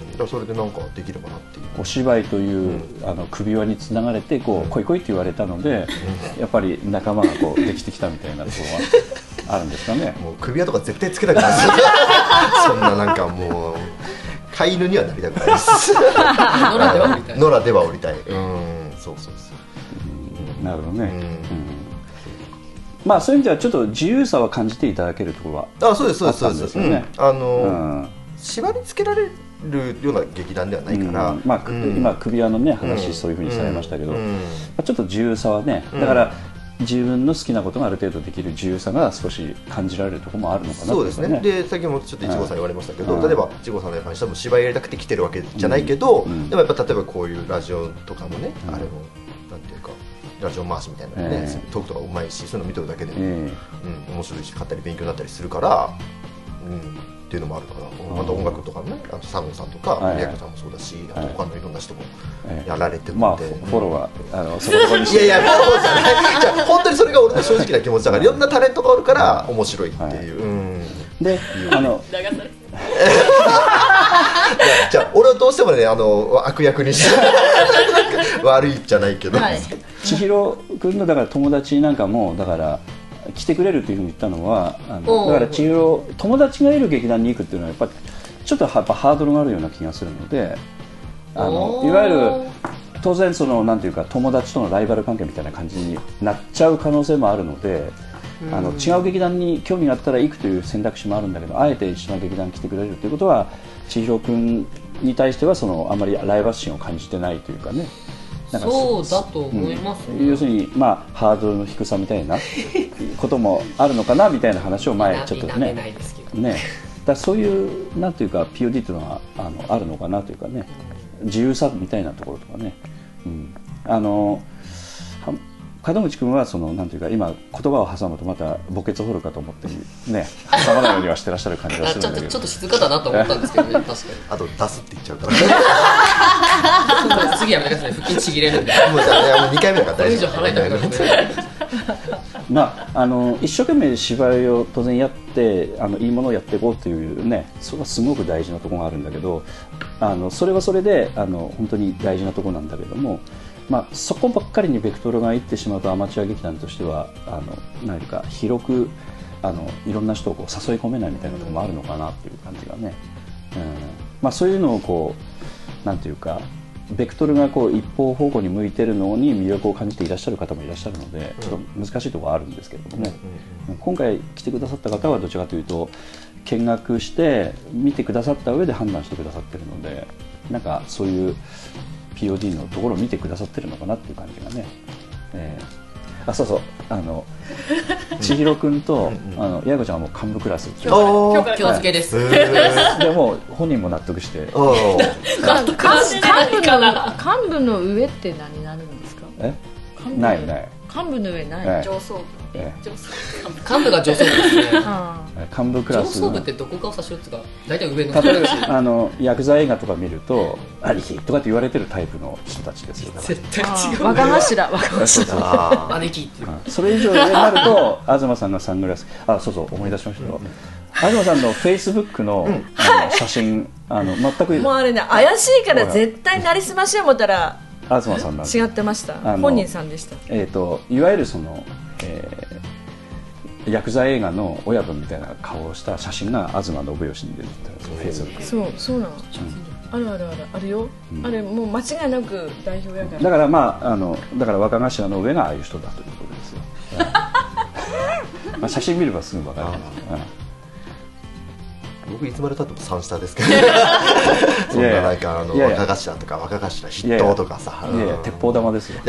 だからそれでなんかできればなっていう。 お芝居という、うん、あの首輪につながれてこう、うん、来い来いって言われたので、うん、やっぱり仲間がこうできてきたみたいなところはあるんですかね。 もう首輪とか絶対つけたくないですそんななんかもう飼い犬にはなりたくないです野良では降りたい野良では降りたい、うん、そうそうそう、 うん、なるほどね、うんうん、まあそういう意味ではちょっと自由さは感じていただけるところはあったんですよね。 あ、そうですそうですそうです、うん、あの、うん、縛り付けられるような劇団ではないから、うんまあうん、今首輪のね話、うん、そういうふうにされましたけど、うんうんまあ、ちょっと自由さはね、だから、うん自分の好きなことがある程度できる自由さが少し感じられるところもあるのかなと、ね、そうですね。で先ほどもちょっといちごさん言われましたけど、うん、例えばいちごさんの話も芝居やりたくて来てるわけじゃないけど、うん、でもやっぱ例えばこういうラジオとかもね、うん、あれもなんていうかラジオ回しみたいなね、えー、トークとかうまいしそういうの見てるだけでも、えーうん、面白いし買ったり勉強になったりするから、うんっていうのもあるから、また音楽とかね、あとサンゴさんとか宮古さんもそうだし、あと他のいろんな人もやられてるので、まあフォローはあのそこそこにしていやいやフォローじゃないじゃあ本当にそれが俺の正直な気持ちだからいろんなタレントがおるから面白いっていう、うんであのじゃあ俺はどうしてもねあの悪役にして悪いじゃないけど、はい、 千尋君のだから友達なんかもだから来てくれるというふうに言ったのはあのだから千尋友達がいる劇団に行くっていうのはやっぱりちょっとやっぱハードルがあるような気がするのであのいわゆる当然そのなんていうか友達とのライバル関係みたいな感じになっちゃう可能性もあるのであの違う劇団に興味があったら行くという選択肢もあるんだけどあえて一緒の劇団に来てくれるということは千尋君に対してはそのあまりライバル心を感じてないというかねなんかそうだと思います、ねうん、要するに、まあ、ハードルの低さみたいなこともあるのかなみたいな話を前ちょっとねねだそういうなんていうか ピーオーディー というのはあのあるのかなというかね自由さみたいなところとかね、うん、あの門口君はそのなんていうか今言葉を挟むとまた墓穴を掘るかと思ってね挟まないようにはしてらっしゃる感じがするんだけどちょっとちょっと静かだなと思ったんですけどね確かにあと出すって言っちゃうから次やめてください腹筋ちぎれるんでもうじゃあにかいめだから大丈夫これ以上払いたくなるまああの一生懸命芝居を当然やってあのいいものをやっていこうというねそれはすごく大事なところがあるんだけどあのそれはそれであの本当に大事なところなんだけどもまあ、そこばっかりにベクトルがいってしまうとアマチュア劇団としてはあの何か広くあのいろんな人をこう誘い込めないみたいなところもあるのかなっていう感じがね、うんまあ、そういうのをこうなんていうかベクトルがこう一方方向に向いてるのに魅力を感じていらっしゃる方もいらっしゃるのでちょっと難しいところはあるんですけれどもね、うん、今回来てくださった方はどちらかというと見学して見てくださった上で判断してくださってるのでなんかそういうピーオーディー のところを見てくださってるのかなっていう感じがね、えー、あそうそうあの千尋君とあの八重子ちゃんはもう幹部クラス今日今日付けです、 はい、でも本人も納得して幹部の上って何になるんですかえないない幹部の上ない、 はい、上層部、 ええ、 幹部が上層部ですね幹部クラス上層部ってどこかを指しようっていうか大体上の例えばあのヤクザ映画とか見ると兄貴とかって言われてるタイプの人たちですよ絶対違う若頭若頭兄貴っていうそれ以上上になると東さんがサングラスあそうそう思い出しましたよ、うん、東さんのフェイスブック の,、うん、あの写真あの全くもうあれね怪しいから絶対なりすましよ思ったら東さんなん違ってました本人さんでした、 えー、といわゆるその、えー、ヤクザ映画の親分みたいな顔をした写真が東信義に出てたフェイスブックそうそうなの、うん、あるあるあるあるよ、うん、あれもう間違いなく代表やからだからまああのだから若頭の上がああいう人だということですよまあ写真見ればすぐ分かる、 僕いつまでたっても三下ですけどそんななんかあの若頭とか若頭筆頭とかさいやいや鉄砲玉ですよ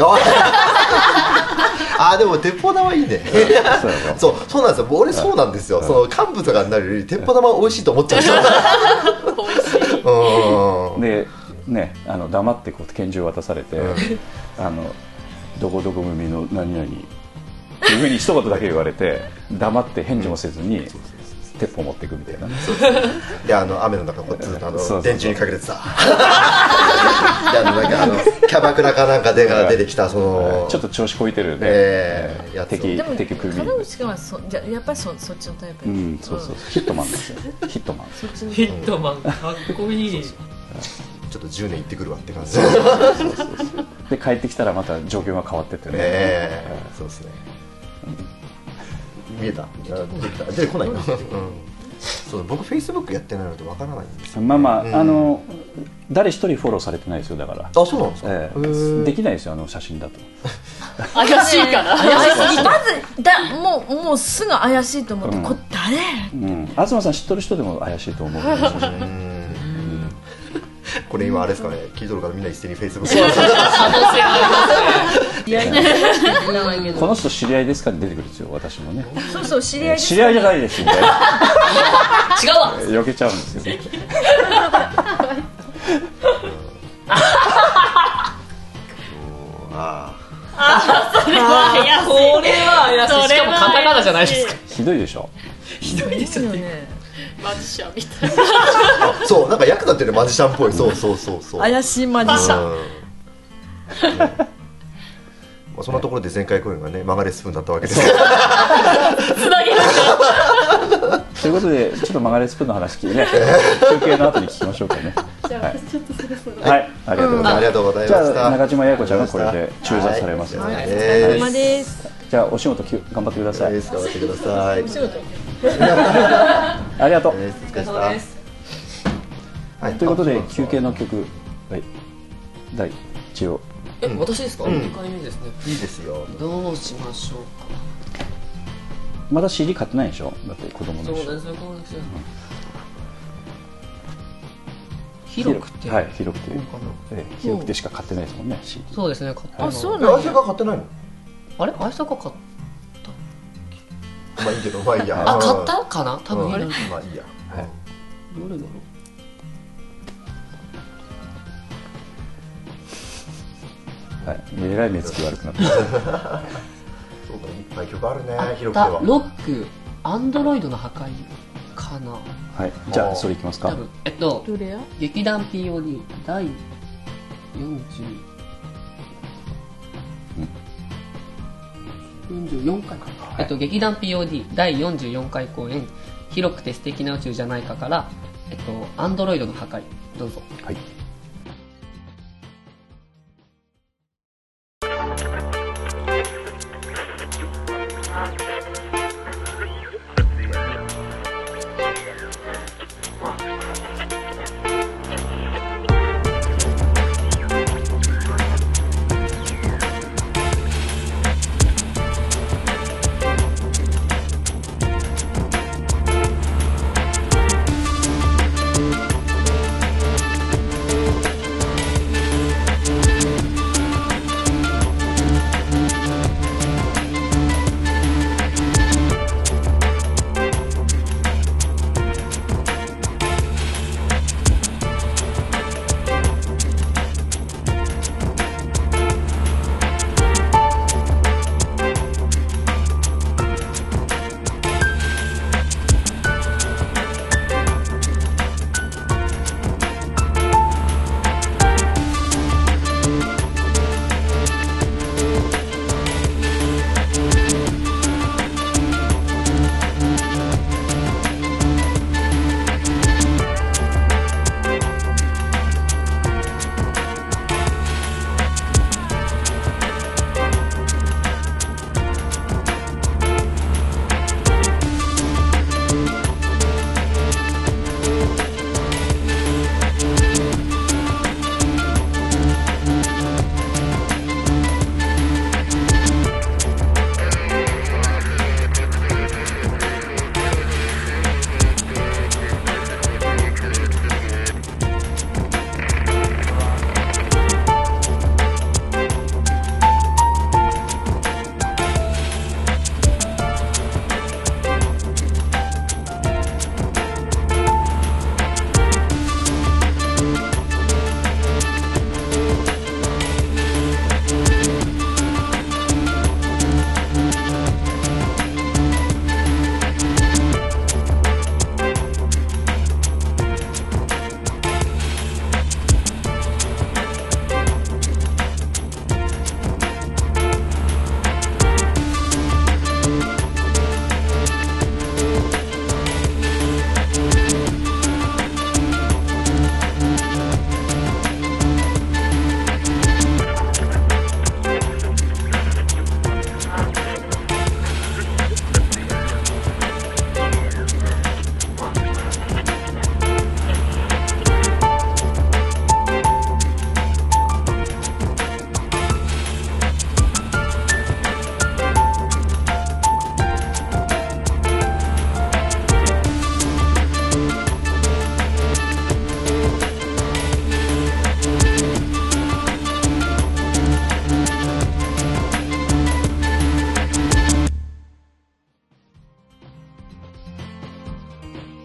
あでも鉄砲玉いいねそうそうなんですよ俺そうなんですよその幹部とかになるより鉄砲玉美味しいと思っちゃううんでねあの黙ってこう拳銃渡されて、うん、あのどこどこ組の何々っていうふうに一言だけ言われて黙って返事もせずに鉄砲持っていくみたいな。 であの雨の中こうずっとあのそうそうそう電柱にかけてさであのなんかあのキャバクラかなんかでが出てきたそのちょっと調子こいてるね、 えーやつを敵でも敵首門口君はそじゃやっぱり そ, そっちのタイプ、 うん、そうそうそう、ヒットマンですよヒットマン。 そっちのヒットマンかっこいい。 ちょっとじゅうねん行ってくるわって感じで帰ってきたらまた状況が変わってってね、 ええそうですね見えた出てこないな、うん、そう僕フェイスブックやってないのでわからないんですよ。 まあまあ、 うん、 あの誰一人フォローされてないですよだから。 あ、そうなんですか、 ええ、できないですよあの写真だと。 怪しいから怪しい。 まずだもうもうすぐ怪しいと思って、うん、これ誰、 うん、東さん知ってる人でも怪しいと思う。 これ今あれですかね、聞いとるからみんな一斉にフェイスブック。 この人知り合いですかって出てくるんですよ私もね。 そうそう知り合いです、 知り合いじゃないですみたいな。 違うわ。 避けちゃうんですよね。 あそれは怪しい。これは怪しい。しかもカタカナじゃないですか。 ひどいでしょ。 ひどいですよね。 マジシャンみたいな。 あ、そうなんか役立ってるマジシャンっぽい。そうそうそうそう。 怪しいマジシャン。 うんまあそんなところで前回公演がね曲がれスプーンだったわけです。つなげました。 ということでちょっと曲がれスプーンの話聞いてね休憩の後に聞きましょうかね。 じゃあ私ちょっとそろそろ。 はい、ありがとうございます。 ありがとうございまじした。 ゃあ中島八重子ちゃんがこれで中座されますので、 はいお疲れ様です。 じゃあお仕事き頑張ってください。 頑張ってください。 お仕事ありがとう。 お疲れ様です。はい、 ということで休憩の曲、はい、第一応え、私ですか？ うんにかいめですね。 いいですよ。 どうしましょうか。 まだ シーディー 買ってないでしょ。だって子供のそうですよ、そうですよ。広くて、 はい、広くて、 こうかな。 ええ、広くてしか買ってないですもんね。シーディー。 そうですね、買ったの。 あ、そうえ、 なん相手が買ってないの？ あれ、あいさか買っまあいいけど、まあいいや。 あ、買ったかな？多分うんあれ。 まあいいや。 はいどれだろう。 はい、えらい目つき悪くなってます。 そうか、いっぱい曲あるね。 あ広くては。 ロック、アンドロイドの破壊かな。 はい、じゃあそれいきますか。 多分、えっと、 どれや？ 劇団 ピーオーディー 第よんじゅう、よんじゅうよんかいか、 はいえっと、劇団 ピーオーディー 第よんじゅうよんかい公演「広くて素敵な宇宙じゃないか」から「えっと、アンドロイドの破壊」どうぞ。 はい。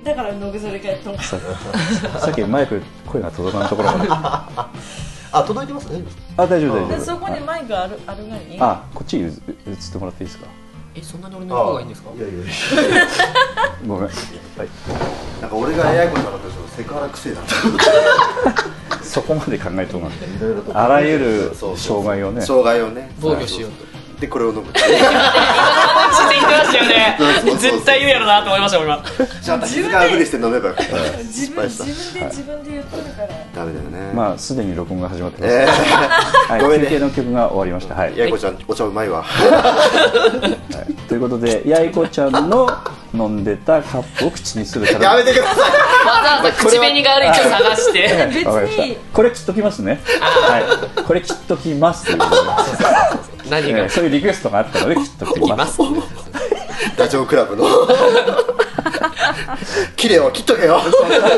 だからのぐそれかと思ささっきマイク声が届かないところまであ、届いてますね。 あ、大丈夫大丈夫。 そこにマイクあるあるがにあ、こっちに移ってもらっていいですか。 え、そんなに俺の方がいいんですか。 いやいやいやごめん、はい、 なんか俺がエアイコンさんだったらセクハラ癖だったそこまで考えと思ういろいろとあらゆる障害をね障害をね防御しようと。 でこれを飲む今の話で言ってましたよね。絶対言うやろなと思いました俺今。 じゃあ水があふれして飲めばよかった自分自分で自分で言ってるからダメだよね。 まあすでに録音が始まってます、 えはい、 ごめんね休憩の曲が終わりました。はい、 ー、やいこちゃんお茶うまいわはい、ということでやいこちゃんの飲んでたカップを口にするからやめてくださいわざわざ口紅がある位置を探して別わかりましたにこれ切っときますね。はい、これ切っときますということで何がえーそういうリクエストがあったので切っときいまますす。 ダチョウ倶楽部の綺麗を切っとけよ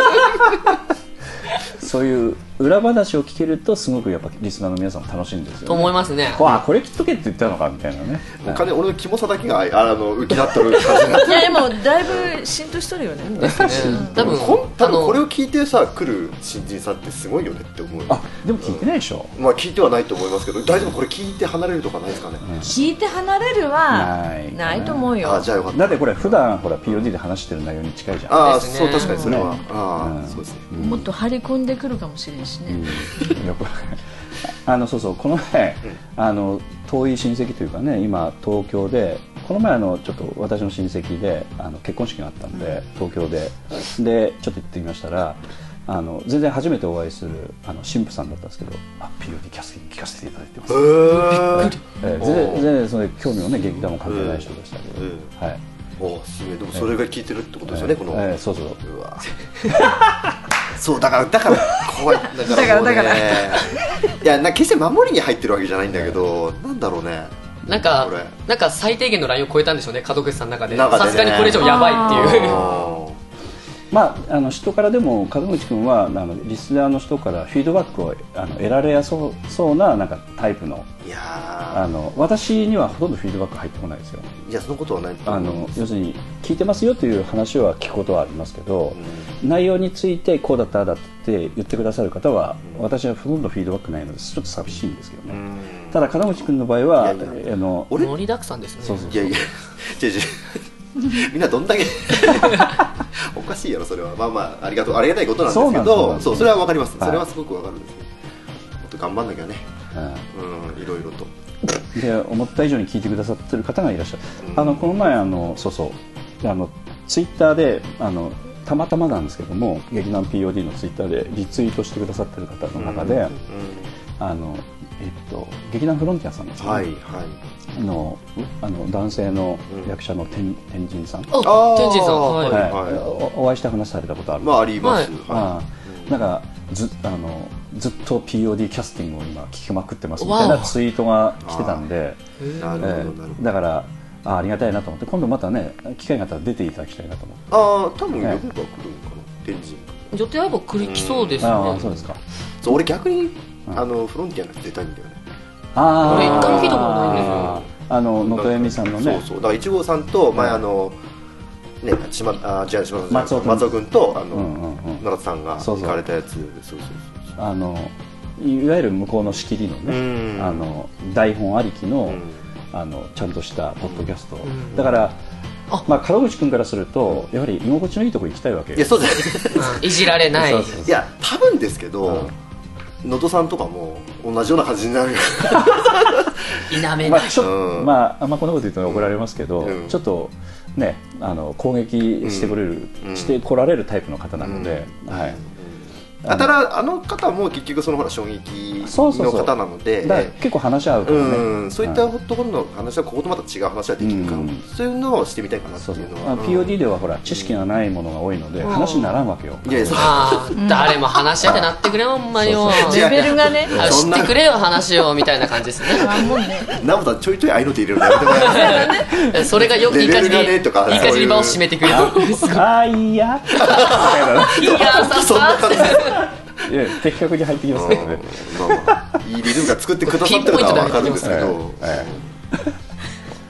そういう裏話を聞けるとすごくやっぱリスナーの皆さんも楽しいんですよ、ね、 と思いますね。 わあこれ切っとけって言ったのかみたいなね。 もう完全に俺のキモさだけがあの浮き立ってる感じになっていやでもだいぶ浸透しとるよね多分ほん多あの分これを聞いてさ来る新人さんってすごいよねって思うよ。 あでも聞いてないでしょ。 まあ聞いてはないと思いますけど大丈夫これ聞いて離れるとかないですかね。 聞いて離れるはないないと思うよあじゃあよかった。 だってこれ普段ほら ピーオーディー で話してる内容に近いじゃん。 ああですねそう確かにそれは、 ねああ、 うんそうですね。 もっと張り込んでくるかもしれんしね、 よくあのそうそうこの前、あの遠い親戚というかね今東京でこの前あのちょっと私の親戚であの結婚式があったんで、東京ででちょっと行ってみましたらあの全然初めてお会いするあの神父さんだったんですけどあ ピーオーディー キャスティング聞かせていただいてます。 へーえー全然全然それ興味もね劇団も関係ない人でしたけど、 うんはい。 おすげえでもそれが聞いてるってことですよね、この、 えーそうそううわそうだからだから怖いだからもうねだからだいやな決して守りに入ってるわけじゃないんだけどなんだろうねなんかこれなんか最低限のラインを超えたんでしょうね門口さんの中で。 中でねさすがにこれ以上やばいっていう。 あまあ、あの人からでも門口君はあのリスナーの人からフィードバックをあの得られやそうそうななんかタイプのーいやあの私にはほとんどフィードバック入ってこないですよ。 ーいやそのことはないとあ思うの要するに聞いてますよという話は聞くことはありますけど、内容についてこうだったああだって言ってくださる方は、私はほとんどフィードバックないのでちょっと寂しいんですけどね。 うんただ門口君の場合はいやいやあの俺盛りだくさんですね。 そうそういやいや違う違うみんなどんだけおかしいやろそれはまあまあありがとうありがたいことなんですけどそうなんですよそうそれはわかります、 はいそれはすごくわかるんですけどもっと頑張んなきゃねうんうんいろいろとで思った以上に聞いてくださってる方がいらっしゃる、 うんあのこの前あのそうそうあのツイッターであのたまたまなんですけども劇団 ピーオーディー のツイッターでリツイートしてくださってる方の中で、 うんあのえっと、劇団フロンティアさんですね、 はいはいあのあの男性の役者の天天神さん、 あ、天神さん、はい。 はいはいおお会いして話されたことある、 まああります、 はいあーなんかずあのずっと ピーオーディー キャスティングを今聞きまくってますみたいなわおツイートが来てたんで、 なるほどなるえほどーだからあありがたいなと思って今度またね機会があったら出ていただきたいなと思って。 ああ多分呼べば来るのかな天神予定合えば来る来そうですね。 ああそうですか。 そう俺逆にうんあのフロンティアの出たいんだよねあ俺一回も聞いたことないんですよあーあの能登恵美さんのねそうそうだからいち号さんと前うんあのね島あ違う島田松尾君松尾君とあのうんうんうん奈良さんがそうそう行かれたやつそうそうあのいわゆる向こうの仕切りのそうねうんあの台本ありきの,、 うんあのちゃんとしたポッドキャスト、 んだからあまあ門口君からするとやはり居心地のいいところ行きたいわけよ。 いやそうじゃないうんいじられない。 そうそういや多分ですけど能登さんとかも同じような感じになる否めない。 まあちょっとうんまああんまこんなこと言うと怒られますけど、 うんちょっとねあの攻撃してくれる、 うんしてこられるタイプの方なので、はい。 あただあの方も結局そのほら衝撃そうそうそうの方なのでだから結構話合うからね、 うん、そういったところの話はこことまた違う話はできるから、 うんそういうのをしてみたいかなってそうそういうのはあの ピーオーディー ではほら知識がないものが多いので、話にならんわけよ。 いやいやそうああ、誰も話し合ってなってくれよ、ほんまによ。 そうそうレベルがねあ知そんなってくれよ、話を、みたいな感じですね。 あもうねナモさんちょいちょいああいうのって入れるのやめてもらえますかそれがよくいい感じに、いレベルがねとかい感じに場を締めてくれる。 ああいやみたいないやー、さそんな感じでいや的確に入ってきますからね。 まあまあいいリズムが作ってくださってるのは分かるんですけど、 ピンポイントで入ってきますま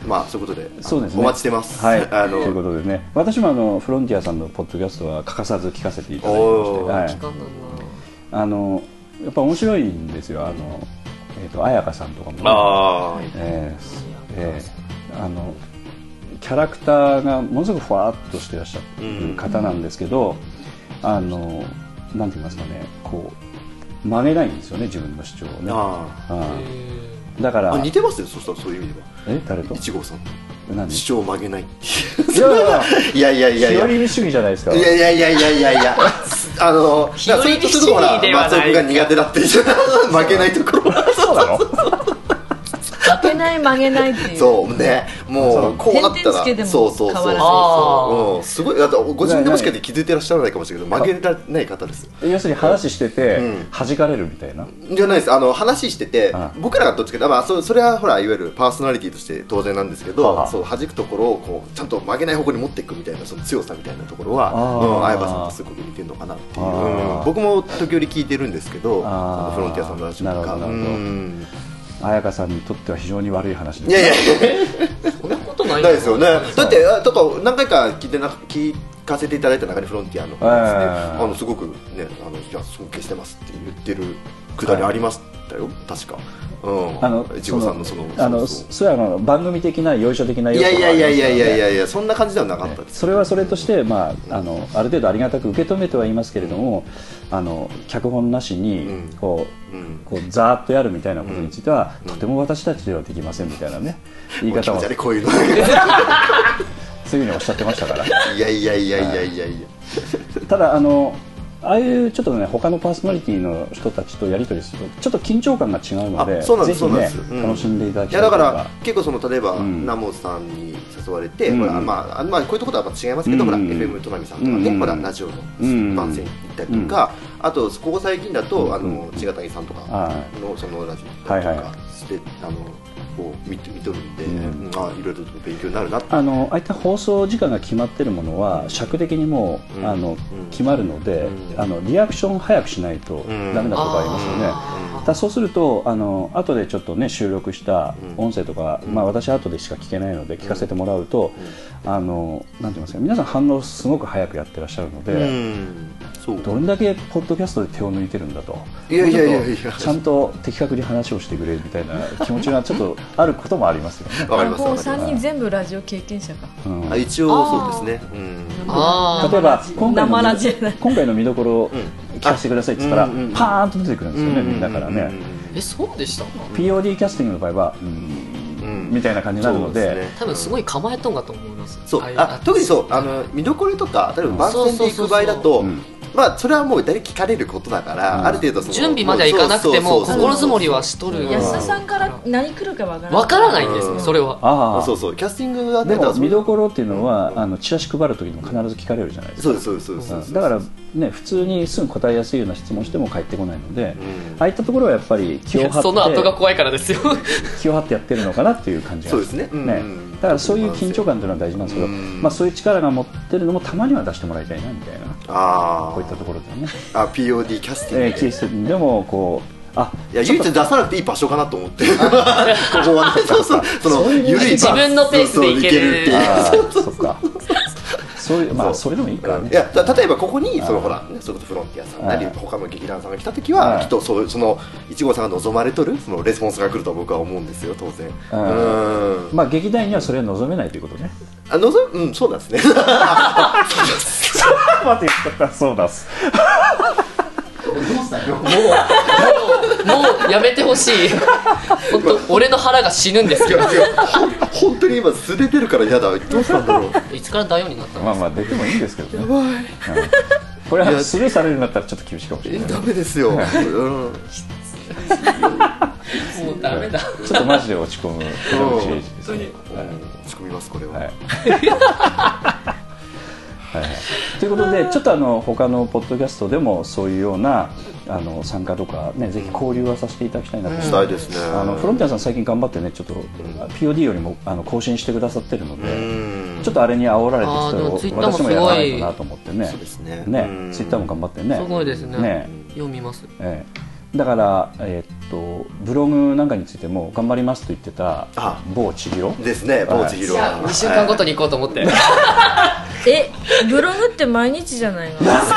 まあそういうことで、 そうですね、 お待ちしてます。 はい、 あのということでね、私もあのフロンティアさんのポッドキャストは欠かさず聞かせていただいてまして、はい、 期間なんだあのやっぱ面白いんですよ。あのえっ、ー、と彩香さんとかも、ね、 あー、 えーえー、あのキャラクターがものすごくふわっとしてらっしゃる方なんですけど、うん、あのなんて言いますかね、こう曲げないんですよね、自分の主張をね。ああ、だからあ似てますよ。そしたらそういう意味では。 え、誰と？ いちごさんと。 何？ 主張を曲げないっていう。 いやいやいやいや。 日和見主義じゃないですか。 いやいやいやいやいやいや。あの日和見主義ではない。 松尾君が苦手だって負けないところ。 そうなの？ 負けない曲げないっていう。 そうね、もうこうなったら、 点々つけてもそうそうそう変わらない。 そう、うん、すごい。あとご自分でもしかして気づいてらっしゃらないかもしれないけど、曲げられない方です。 要するに話してて、うん、弾かれるみたいな。 じゃないです。あの話してて、ああ僕らがどっちかというと、まあそそれはほらいわゆるパーソナリティとして当然なんですけど、はあ、そう弾くところをこうちゃんと曲げない方向に持っていくみたいなその強さみたいなところは、うん、相葉さんとすごく似てるのかなっていう。うん、僕も時折聞いてるんですけど、あのフロンティアさんのラジオとか。 彩香さんにとっては非常に悪い話です。 いやいやそんなことないですよね。だってとか何回か聞いてな聞かせていただいた中にフロンティアの方ですね、あのすごくね、あのいや尊敬してますって言ってるくだりありましたよ、確か。うん、あのいちごさんのそのあのそれはあの番組的なよいしょ的な要素がありますからね。いやいやいやいやいやいやそんな感じではなかったです、ね。 それはそれとして、まあ、あのある程度ありがたく受け止めてはいますけれども、あの脚本なしにこう、うん、こうざーっとやるみたいなことについては、うん、とても私たちではできませんみたいなね、言い方もこういうのそういうふうにおっしゃってましたから。 いやいやいやいやいやいや。 ただあのああいうちょっとね他のパーソナリティの人たちとやり取りするとちょっと緊張感が違うので、ぜひね、うん、楽しんでいただきたい。 いやだから結構その例えば、うん、南本さんに誘われて、うん、ほらまあまあこういうところとは違いますけど、うん、ほら エフエム となみさんとかね、うん、ほらラジオの番宣に行ったりとか、うん、あとここ最近だと、うん、あの千賀谷さんとかのそのラジオとか、はいはい、してあのこう見て見とるんで、うん、あいろいろと勉強になるなって。 あのああいった放送時間が決まってるものは尺的にもう、うん、あの決まるので、うん、あのリアクション早くしないとダメなところありますよね。うん、だそうするとあの後でちょっとね収録した音声とか、うん、まあ私は後でしか聞けないので聞かせてもらうと、うん、あのなんて言いますか、皆さん反応すごく早くやってらっしゃるので、うん、そうどれだけポッドキャストで手を抜いてるんだと、 いやいやいやいやちゃんと的確に話をしてくれみたいな気持ちがちょっとあることもありますよね。 わかります。 もうさんにん全部ラジオ経験者か。 うん、あ一応そうですね。うん、 あ例えば今回の今回の見どころを聞かせてくださいって言ったら、うん、パーンと出てくるんですよね、みんなからね。 えそうでした？ ピーオーディー キャスティングの場合は、うんうん、みたいな感じになるので、 ね、多分すごい構えとんがと思います。 そうあ特にそうあの見どころとか例えば番宣で行く場合だと。まあそれはもう誰聞かれることだから、うん、ある程度その準備まではいかなくても心づもりはしとる。 安田さんから何来るかわからない。 わからないんですね、それは。 あそうそうキャスティングはでも見どころっていうのは、うん、あのチラシ配る時にも必ず聞かれるじゃないですか。 そうですそうですそうです、うん、 だからね普通にすぐ答えやすいような質問しても返ってこないので、うん、ああいったところはやっぱり気を張ってその後が怖いからですよ気を張ってやってるのかなっていう感じがそうですね、うん、 ねだからそういう緊張感というのは大事なんですけど、まあ、そういう力が持ってるのもたまには出してもらいたいなみたいな、あこういったところでねあ ピーオーディー キャスティング、 えー、キャスティングでもこうあいや唯一出さなくていい場所かなと思ってここはねそうそうその緩い自分のペースでいけるっていうそっかそういうまあそれでもいいからね。 いや例えばここにそのほらねそれこそフロンティアさんなり他の劇団さんが来た時はきっとそそのいちごさんが望まれとるそのレスポンスが来ると僕は思うんですよ当然。 うんまあ劇団にはそれは望めないということね。 あ望うんそうなんですね。 待って言ったそうだす。 もうもうやめてほしい。本当俺の腹が死ぬんですけど。 本当に今素出てるから嫌だ。どうしたんだろう。 いつから大王になったの？ まあまあ出てもいいんですけどね。 やばい。うん、 これはスルーされるんだったらちょっと厳しいかもしれない。 ダメですよ。うん、もうダメだ。 ちょっとマジで落ち込む。 本当に落ち込みますこれは。はいはいはい、ということでちょっとあの他のポッドキャストでもそういうようなあの参加とかねぜひ交流はさせていただきたいなと思います。 したいですね。 あのフロンティアさん最近頑張ってねちょっと ピーオーディー よりもあの更新してくださってるのでちょっとあれに煽られてちょっと私もやらないかなと思ってね。 そうですね。 ねツイッターも頑張ってね。 すごいですね。ね読みます。 ええだから、えー、っとブログなんかについても頑張りますと言ってた某千尋ですね、某千尋はにしゅうかんごとに行こうと思ってえ、ブログって毎日じゃないの？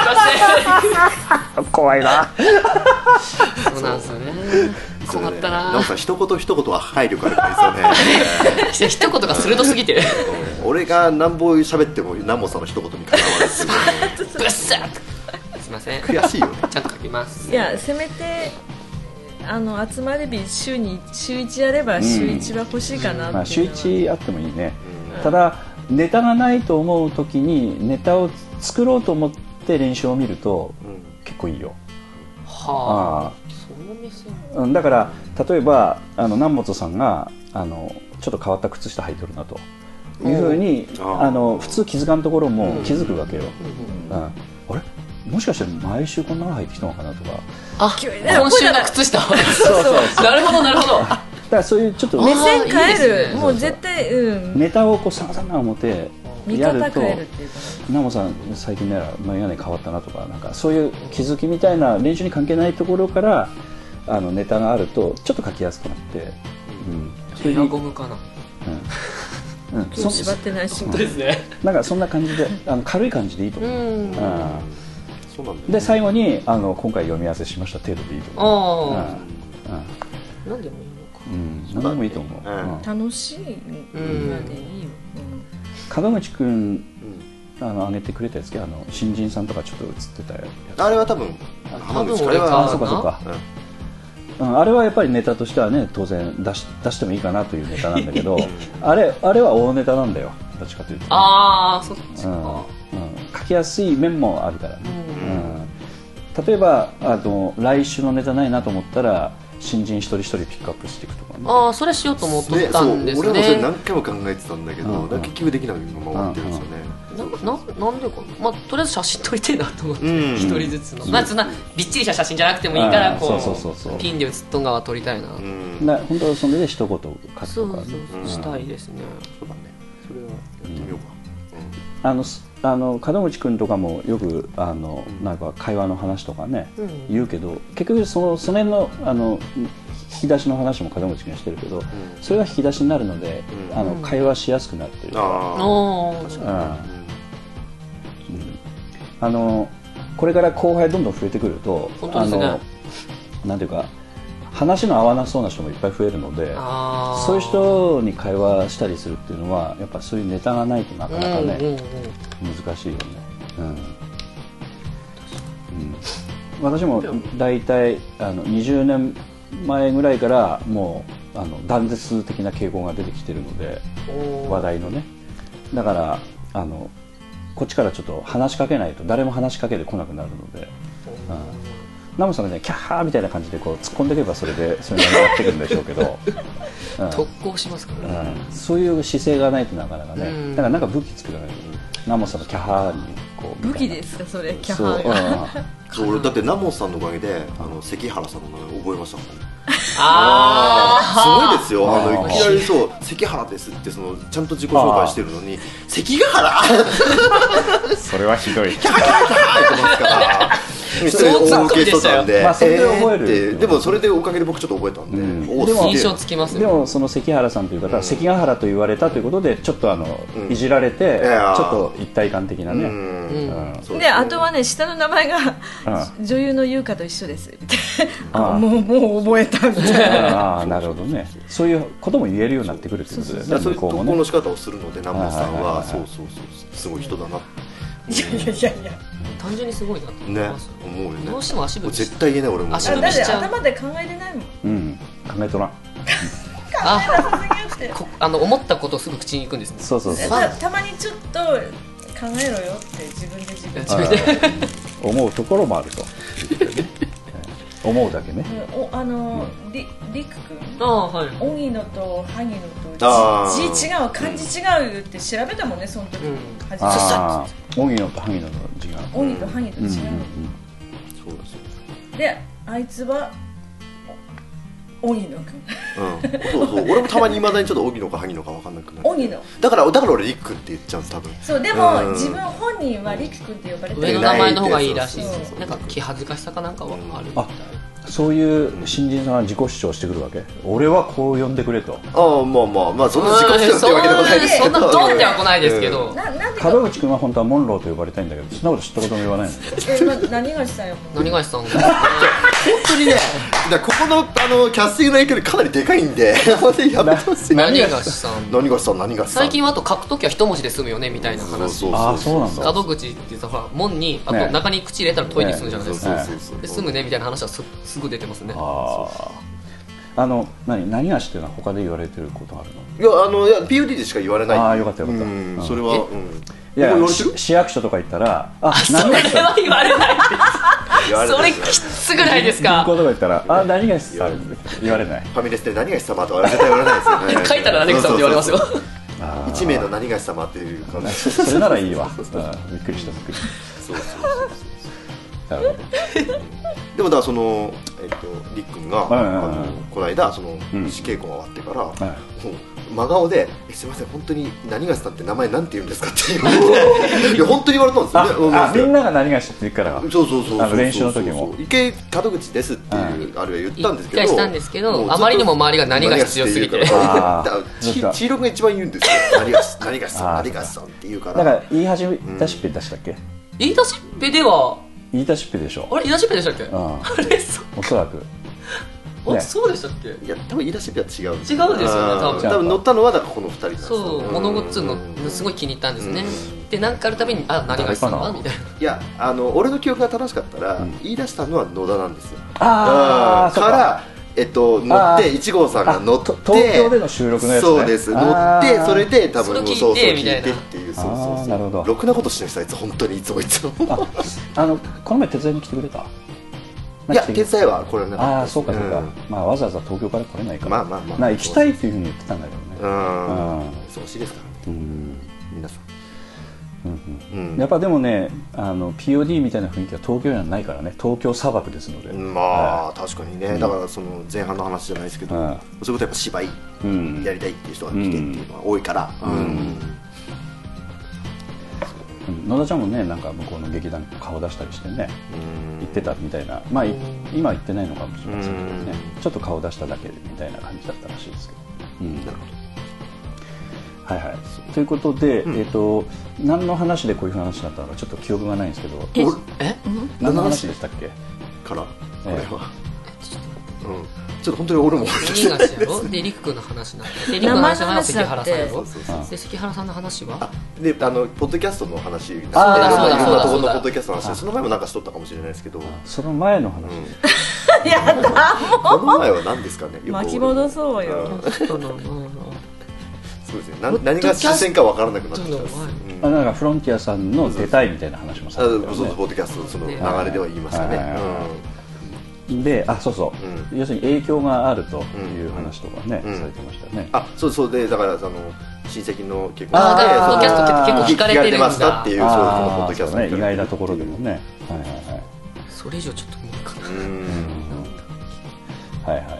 怖いなそうなんですよね。困ったな。 なんか一言一言は配慮があるんですよね一言が鋭すぎて俺が何本喋っても南本さんの一言にかなわないっていうブッサッすいません、 悔しいよね。 ちゃんと書きます。 いや、せめてあの集まり日週に週一やれば週一は欲しいかなっていうのは、 まあ、週一あってもいいね、うん、ただネタがないと思う時にネタを作ろうと思って練習を見ると、うん、結構いいよ。 はあ、その目線だから例えばあの南本さんがあのちょっと変わった靴下履いてるなというふうにあの普通気づかんところも気づくわけよ、うんうん、あれもしかして毎週こんなの入ってきたのかなとか、 あ、今週の靴下そうそうなるほどなるほどだからそういうちょっと目線変える、 いいね、 もう絶対、うん、 ネタをこうさまざまな思ってやると、 見方変えるっていうか、 南本さん最近なら眼鏡変わったなとか、なんかそういう気づきみたいな練習に関係ないところからあのネタがあるとちょっと書きやすくなって、うん、それヘアゴムかな、 うんうん、今日縛ってないし、 本当ですね。 なんかそんな感じであの軽い感じでいいと思う。うん、うんそうなんだよね、 で最後にあの今回読み合わせしました程度でいいと思う。あ、 うん、なんでもいいのか、 うん、なんでもいいと思う、うん、 楽しいのでいいよ、うん、 門口くんあの上げてくれたやつけ、あの新人さんとかちょっと映ってたやつ、 あれは多分多分あれはあそうかそうか、うん、あれはやっぱりネタとしてはね当然出し出してもいいかなというネタなんだけどあれあれは大ネタなんだよ、どっちかというと、ね、 ああそっちか、 うんうん、書きやすい面もあるからね、うん、例えばあの来週のネタないなと思ったら新人一人一人ピックアップしていくとかね。 ああそれしようと思ったんですね。 俺もそれ何回も考えてたんだけど、うんうん、結局できないまま終わってるんですよね。 な, な, なんでかな、まあ、とりあえず写真撮りたいなと思って、一、うん、人ずつの、まあ、そんなびっちりした写真じゃなくてもいいからこうピンで写っとん側撮りたいな、うん、 だ本当はそれで一言書くとか、ね、 そうそうそうしたいですね、 そうだね、それはやってみようか、 うん、あのあの門口君とかもよくあの、うん、なんか会話の話とかね、うん、言うけど結局そのその辺のあの引き出しの話も門口君がしてるけど、うん、それが引き出しになるので、うん、あの会話しやすくなるというか、あ確かに、うん、あのこれから後輩どんどん増えてくると、 本当ですね、 あのなんていうか話の合わなそうな人もいっぱい増えるので、そういう人に会話したりするっていうのはやっぱそういうネタがないとなかなかね、うんうんうん、難しいよね、うんうん、私も大体あのにじゅうねんまえぐらいからもうあの断絶的な傾向が出てきてるので、話題のね、だからあのこっちからちょっと話しかけないと誰も話しかけてこなくなるので、うん、ナムさんがねキャッハーみたいな感じでこう突っ込んでいけばそれでそれなりになってくるんでしょうけど、 うん、特攻しますからね、 うん、そういう姿勢がないとなかなかね、うん、だからなんか武器作らないと、ナムさんのキャッハーにこう武器ですかそれ、キャッハーがそう、俺だってナモさんのおかげであの関原さんの名前覚えましたもんね。 ああすごいですよ、あのいきなりそう関原ですってそのちゃんと自己紹介してるのに関ヶ原それはひどいキャーキャーキャーってますから大受け人なんで、 まあ、それで覚える、 えー、でもそれでおかげで僕ちょっと覚えたんで、うん、 でも印象つきますよ。 でもその関原さんという方は、うん、関ヶ原と言われたということでちょっとあの、うん、いじられて、ちょっと一体感的なね、うんうん、であとはね下の名前が女優の優香と一緒ですもうもう覚えたみたいなああなるほどね、そういうことも言えるようになってくるってことですね。 そういう投稿の仕方をするので南本さんはそうそうそうすごい人だな。 いやいやいやいや単純にすごいなと思います、 ね、思うよね。 どうしても足踏み絶対言えない俺も足踏みしちゃう。 頭で考えれないもん。 うん考えとらんああの思ったことをすぐ口に行くんですね。 そうそうそうた, たまにちょっと考えろよって自分で自分で自分で思うところもあると思うだけね。 おあの、うん、りりくくんあ、はい、 荻野と萩野と字違う漢字違うって調べたもんねその時、うん、 あ荻野と萩野の字が荻野と萩野と違う、うんうんうん、 そうですであいつは荻野くん、 うん、そうそう俺もたまに未だにちょっと荻野か萩野か分かんなくなる。 荻野だからだから俺りくくんって言っちゃう多分。 そうでも、うん、自分本人はりくくんって呼ばれてる。 上の名前の方がいいらしいです。なんか気恥ずかしさかなんかはあるみたい。 あそういう新人さんは自己主張してくるわけ。俺はこう呼んでくれと。 ああ、まあまあまあ、そんな自己主張っていうわけでもないですけど、 そんなドンっては来ないですけど、 門口君は本当はモンローと呼ばれたいんだけど、そんなこと知ったことも言わないの。 え、な、何がしたよ。 何がしさんが本当にね、だここのあのキャスティングの影響でかなりでかいんで、本当にやめてほしい。 何がしさん何がしさん何がしさん。 最近はあと書くときは一文字で済むよねみたいな話。 ああ、そうなんだ。 門口ってさ、ほら門にあと中に口入れたら問いに済むじゃないですか。で済むねみたいな話はすすぐ出てますね。 ああの何何がしっていうのは他で言われてることあるの？ いや、あのいや ピーオーディー でしか言われない。 ああ、よかったよかった。 それは、 いや、市役所とか行ったら、あ、 それは言われないです。それきつくないですか？ 銀行とか行ったら、あ、何がしさん言われない。 ファミレスで何がし様とは絶対言われないですよね。 書いたら何がしさんって言われますよ。 一名の何がし様っていう感じ。 それならいいわ。びっくりしたびっくりした。そうそうそうそう。なるほど。 でもだからその、えっと、りっくんが、あのこの間その試稽古が終わってから、もう真顔で「すみません、本当に何がしさんって名前なんて言うんですか?」って言われて、いや本当に言われたんですよね。 あ、みんなが何がしって言うから。 そうそうそう。 練習の時も池門口ですっていうあれは言ったんですけど、 したんですけど、あまりにも周りが何が必要すぎて、 ちいろくが一番言うんですよ。何がし何がしさん何がしさんって言うから。 だから言い始め出しっぺ出したっけ？ 言い出しっぺでは。 言い出しっぺでしょ。 あれ言い出しっぺでしたっけ？あれおそらく。 あ、そうでしたっけ？ いや、多分言い出しっぺは違う。違うんですよね、多分。 多分乗ったのはだからこのふたりなんですよ。 そう、物ごっつのすごい気に入ったんですね。で、なんかあるたびに、あ、何がしたのかみたいな。 いや、あの俺の記憶が正しかったら言い出したのは野田なんですよ。 ああ、 からえっと乗っていち号さんが乗って東京での収録のやつね。 そうです。乗ってそれで多分そうそう聞いてっていう、そうそうそう。 なるほど。 ろくなことしてる人あいつ本当にいつもいつも。 あのこの前手伝いに来てくれた？ いや、手伝いはこれね。 ああ、そうかそうか。まあわざわざ東京から来れないから。 まあまあまあ。まあ行きたいっていうふうに言ってたんだけどね。 うん。忙しいですからね。皆さん。 やっぱでもね、あの ピーオーディー みたいな雰囲気は東京にはないからね。東京砂漠ですので。 まあ確かにね。だからその前半の話じゃないですけど、そういうことやっぱ芝居やりたいっていう人が来てっていうのが多いから。野田ちゃんもね、なんか向こうの劇団顔出したりしてね、行ってたみたいな。まあ今行ってないのかもしれませんけどね。ちょっと顔出しただけみたいな感じだったらしいですけど。なるほど。はいはい、ということで、うん、えーと何の話でこういう話になったのかちょっと記憶がないんですけど、 え何の話でしたっけから、えー、これは、うん、ちょっと本当に俺も何がしやろで、りくくんの話になってで、りくくんの話は関原さんやろで、関原さんの話はで、あの、ポッドキャストの話なんで、いろんなところのポッドキャストの話で、その前もなんかしとったかもしれないですけど、 その前の話、 やだもうこの前は何ですかね、 巻き戻そうよ。 そうですね、何が視線か分からなくなってきたんです。 あ、なんかフロンティアさんの出たいみたいな話もされてたよね。 そうそう、ポッドキャストその流れでは言いましたね。 で、あ、そうそう、要するに影響があるという話とかね、されてましたよね。あ、 そうそう、で、だからその親戚の結婚あ、ポッドキャスト結構聞かれてるんだ。 ましたっていう、そう、このポッドキャストね、意外なところでもね。はいはいはい。 それ以上ちょっと無理かな。はいはい。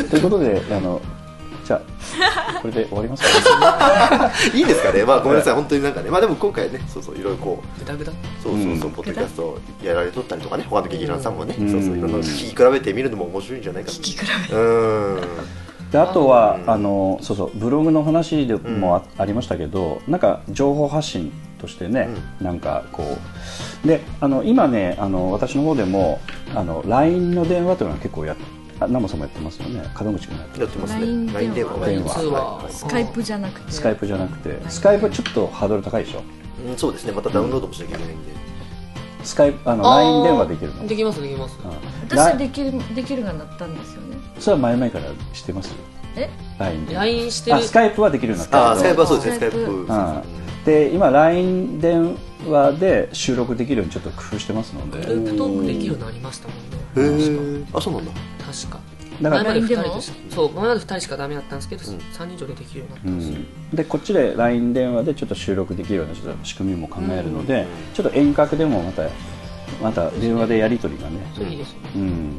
ということで、あの。じゃあこれで終わりますか？ いいですかね。まあごめんなさい、本当になんかね、まあでも今回ね、そうそういろいろこうグダグダ、 そうそうそう、ポッドキャストやられとったりとかね、他の劇団さんもね、そうそういろんな聞き比べてみるのも面白いんじゃないかと。聞き比べ。うん。 で、あとはあのそうそうブログの話でも あ, ありましたけど、なんか情報発信としてね、なんかこうで、あの今ね、あの私の方でもあの ライン の電話というのは結構やって。ナモさんもやってますよね。門口君やってますね。ライン 電話、 電話、 スカイプじゃなくて、 スカイプじゃなくて、スカイプはちょっとハードル高いでしょ。 うん、そうですね。またダウンロードもしなきゃいけないんで。 スカイプ、あの ライン 電話できるの？ できますできます。 私はできるできるがなったんですよね。 それは前々からしてます？ え？ ラインラインしてる。 あ、スカイプはできるようになった。 あ、スカイプはそうですね。スカイプ。 で、今 ライン 電話で収録できるようにちょっと工夫してますので。 グループトークできるようになりましたもんね。 へえ。あ、そうなんだ。 確か。 だから前までふたりでした。そう、前までふたりしかダメだったんですけど、さんにん以上でできるようになったんですよ。 で、こっちで ライン 電話でちょっと収録できるようなちょっと仕組みも考えるので、ちょっと遠隔でもまたまた電話でやり取りがね。 いいですね。 うん。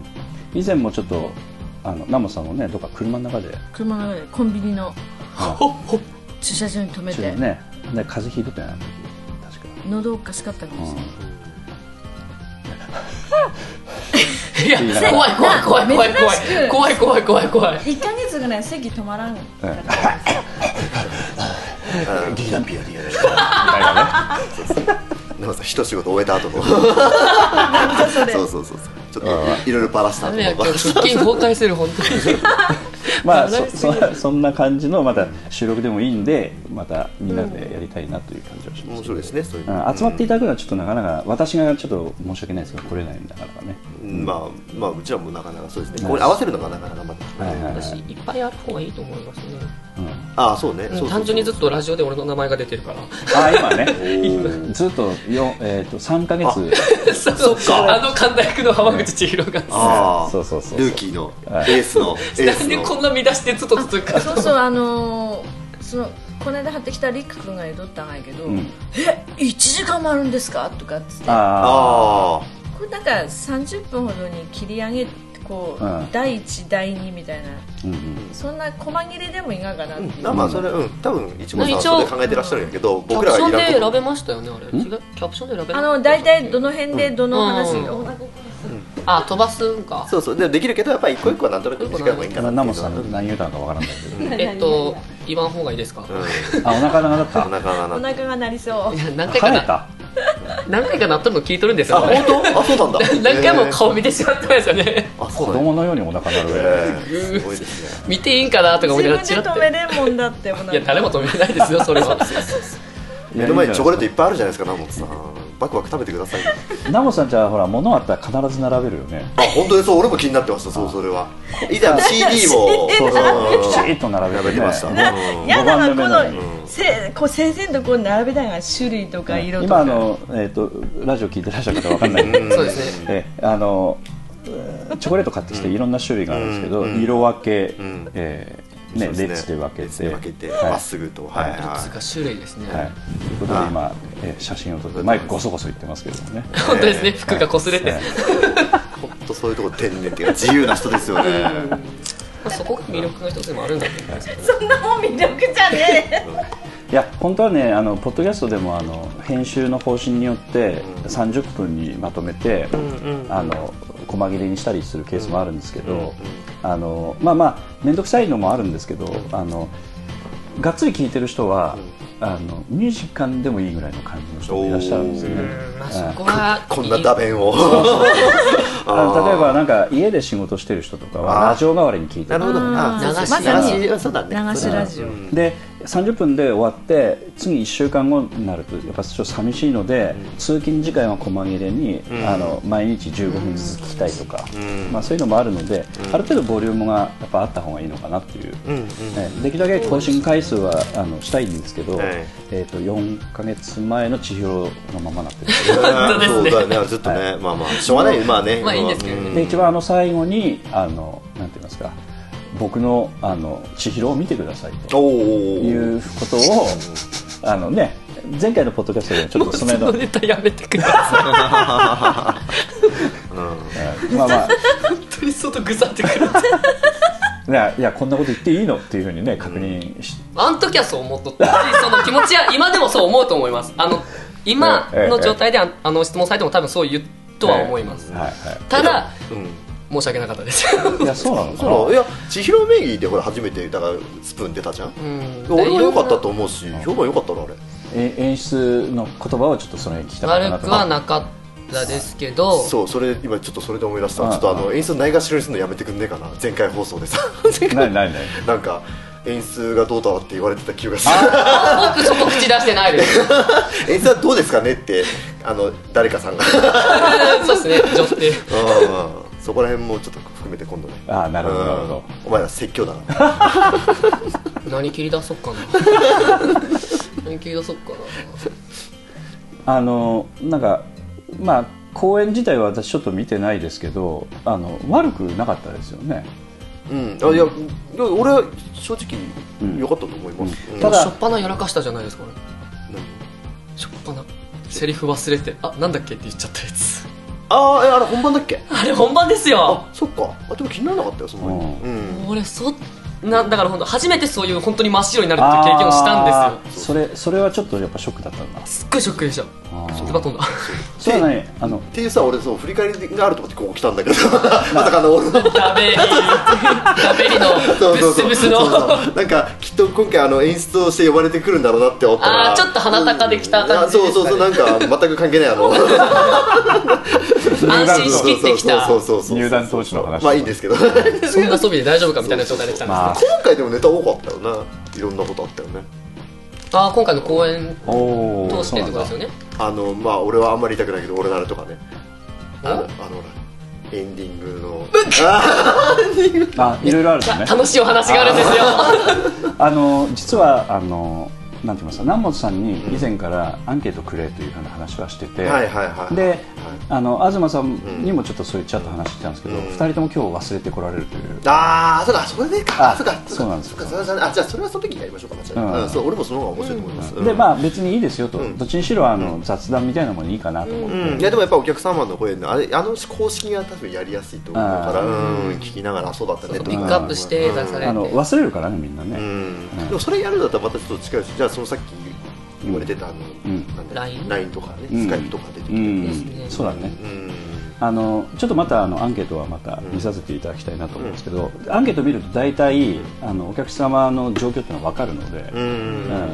以前もちょっとあのナモさんもね、どっか車の中で車の中でコンビニの駐車場に止めてね、で風邪ひいとったよな、確か。 喉おかしかったかもしれない。 いや怖い怖い怖い怖い怖い怖い怖い怖い怖いいっかげつぐらい席止まらん劇団 ピーオーディー やるなんかさ一仕事終えた後のそうそうそうちょっといろいろバラした後の腹筋崩壊する本当にまあ そ, そ, そんな感じのまた収録でもいいんでまたみんなでやりたいなという感じはします、 面白いですねそういう、 うん、集まっていただくのはちょっとなかなか私がちょっと申し訳ないですけど来れないんだからね、 うん、まあまあうちらもなかなかそうですね、ここに合わせるのがなかなか頑張って、 はいはいはい、私いっぱいある方がいいと思いますね、 うん、ああそうね、うん、そうそうそう単純にずっとラジオで俺の名前が出てるからあ今ねずっとよ、えー、とさんかげつそっかあの神田役の浜口千尋があそうそうそうルーキーのエースのエースのなんでこんな見出してずっとずっとそうそうあのー、そのこの間貼ってきたリック君が言うとったんやけど、うん、えいちじかんもあるんですかとかっつってああこれなんかさんじゅっぷんほどに切り上げてこう、うん、だいいちだいにみたいな、うんうん、そんな細切れでもいいがかなっていう、 うん、まあそれうん多分一門さんはそれ考えてらっしゃるんやけど、うん、僕らがキャプションで選べましたよねあれ、うん、違うキャプションで選べあの大体どの辺でどの話、うんうん、あ飛ばすんかそうそうでもできるけどやっぱり一個一個はなんとなく短い方がいいかなナモさん何言うたのかわからないけどえっと言わん方がいいですか、うん、 あお腹が鳴ったお腹が鳴ったお腹が鳴りそう何回かな何回か鳴ったの聞いとるんですよあ本当あそうなんだ何回も顔見てしまってますよねあ子供のようにお腹鳴る、 えー、すごいですね見ていいんかなとか思って自分で止めれんもんだっていや誰も止めれないですよそれは目の前にチョコレートいっぱいあるじゃないですかナモさんバクバク食べてくださいナモさんじゃあほら物あったら必ず並べるよねあ本当にそう俺も気になってましたそうそれは以前 シーディー もそうそうきちっと並べてましたやだわこのせこう先生とこう並べたいのが種類とか色とか今あの、えー、とラジオ聞いてらっしゃる方わかんないけどそうですねえあのチョコレート買ってきていろんな種類があるんですけど、色分け、えーね、列で分けて分けてまっすぐとはいはい種類ですねはいということで今え写真を撮ってマイクゴソゴソ言ってますけどもね本当ですね服が擦れて本当そういうところ天然っていうか自由な人ですよねそこが魅力の一つでもあるんだと思いますけどそんなもん魅力じゃねえいや本当はねあのポッドキャストでもあの編集の方針によってさんじゅっぷんにまとめて、うんうん、あの細切れにしたりするケースもあるんですけど、うんうん、あのまあまあ面倒くさいのもあるんですけど、あのがっつり聞いてる人は、うん、あのミュージカルでもいいぐらいの感じの人もいらっしゃるんですよね。 まあ、そこはこんな打弁をあ例えばなんか家で仕事してる人とかはラジオ代わりに聞いてる。 なるほど。 あ流し流しそうだね。 流しラジオ。 でさんじゅっぷんで終わって次いっしゅうかんごになるとやっぱちょっと寂しいので、うん、通勤時間は細切れに、うん、あの毎日じゅうごふんずつ聞きたいとか、うんまあ、そういうのもあるので、うん、ある程度ボリュームがやっぱあった方がいいのかなっていう、うんうんね、できるだけ更新回数はあのしたいんですけど、はいえー、とよんかげつまえの千尋のままなってるそうだねずっとね、はい、まあまあしょうがないまあねまあいいんですけどね。 で一番あの最後にあのなんて言いますか僕のあの千尋を見てくださいということをあのね前回のポッドキャストでちょっとそののネタやめてください、うん、まあまあ本当に外ぐさってくるいやいやこんなこと言っていいのっていうふうにね確認し、 うん、あの時はそう思っとったその気持ちは今でもそう思うと思います。あの今の状態でああの質問されても多分そう言うとは思います、ええはいはい、ただ、うん申し訳なかったですいやそうなのかな。いや千尋名義でほら初めてだからスプーン出たじゃん、うん、俺は良かったと思うし評判良かったなあれ。 え演出の言葉をちょっとそれ聞きたかったなと。 悪くはなかったですけどそうそれ今ちょっとそれで思い出した。ちょっとあの演出ないがしろにするのやめてくんねえかな。前回放送でさないないないなんか演出がどうだって言われてた気がする。 僕そこ口出してないです演出はどうですかねってあの誰かさんがそうですね女性そこら辺もちょっと含めて今度ね。 ああなるほどなるほど。 お前ら説教だな何切り出そうかな何切り出そうかなあのなんかまあ公演自体は私ちょっと見てないですけどあの悪くなかったですよね。 うん、あいや俺は正直良かったと思います、 うんうん、ただ初っ端やらかしたじゃないですかね。初っ端セリフ忘れてあなんだっけって言っちゃったやつ。 ああ、あれ本番だっけ。 あれ本番ですよ。 あそっか。あでも気にならなかったよその、うんうん、俺そっなだから本当初めてそういう本当に真っ白になるっていう経験をしたんですよ。それそれはちょっとやっぱショックだったんだ。 すっごいショックでした。それが飛んだ。 そうだね。あのっていうさ、俺そう振り返りがあると思ってここ来たんだけどまさかのダベリダベリのブスブスのなんかきっと今回あの演出をして呼ばれてくるんだろうなって思ったら、 あーちょっと鼻高できた感じですかね。 そうそうそう、なんか全く関係ないあの安心しきってきた入団当初の話。 まあいいんですけどそんな装備で大丈夫かみたいな状態で来たんですけど、 今回でもネタ多かったよね。いろんなことあったよね。 あー今回の公演通してってことですよね。 あのまあ俺はあんまり言いたくないけど、俺なるとかね、あのあのエンディングのあいろいろあるんですね。 楽しいお話があるんですよ。 あの実はあのなんて言いますか、南本さんに以前からアンケートくれというふうな話はしてて、 はいはいはい、 で、あの東さんにもちょっとそういうチャット話してたんですけど、 うん、 ふたりとも今日忘れてこられるという。 ああそうだ、それでか、あそうかそうなんですよ。 あじゃあそれはその時にやりましょうか。間違いない、うん、そう俺もその方が面白いと思います、 うん、でまあ別にいいですよと、 うん、 どっちにしろあの、うん、雑談みたいなものいいかなと思って、 うん、いやでもやっぱお客様の声のあれあの公式が多分やりやすいと思うから、うん、聞きながらそうだったねとピックアップして出されて、 あの忘れるからねみんなね、 うんうん、でもそれやるんだったらまたちょっと近いし、じゃあそのさっき言われてたあの、うん、なんだ ライン? ラインとかね、うん、スカイプとか出てきて、うん、 そうだね、うん、あのちょっとまたあのアンケートはまた見させていただきたいなと思うんですけど、うん、アンケート見ると大体、うん、あのお客様の状況っていうのは分かるので、うんうん、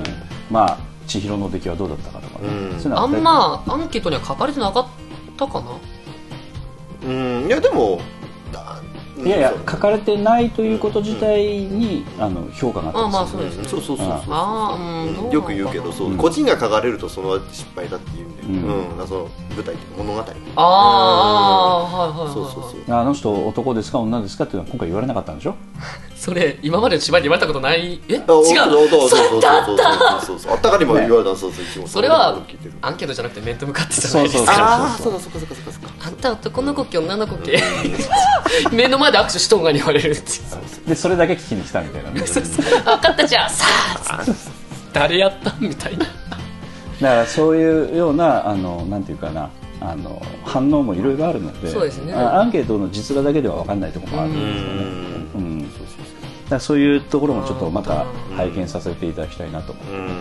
まあ千尋の出来はどうだったかとかね、うん、そういうのはあんまアンケートには書かれてなかったかな。 うん、いやでもいやいや書かれてないということ自体に、うん、あの評価があったんですよね。 あまあそうですね。 そうそうそうそう。 あうん、よく言うけどそう、うん、個人が書かれるとその失敗だっていうんで、うんうん、その舞台物語。ああ、はいはいはい。 そうそうそう。 あの人男ですか女ですかっていうのは今回言われなかったんでしょ。 それ今までの芝居で言われたことない。え違う。 そうそうそうそうそう。あったかにも言われたそうそう。 それはアンケートじゃなくて面と向かってじゃないですか。 ああそうだそうかそうかそうか。 あんた男の子っけ女の子っけ目の前で握手しとんがに言われるってでそれだけ聞きに来たみたいな、ね、 分かったじゃあさあ誰やったみたいな。だからそういうようなあのなんていうかなあの反応もいろいろあるので、 そうですね、 アンケートの実話だけでは分かんないところもあるんですよね。うん、だからそういうところもちょっとまた拝見させていただきたいなと思って、うんうん、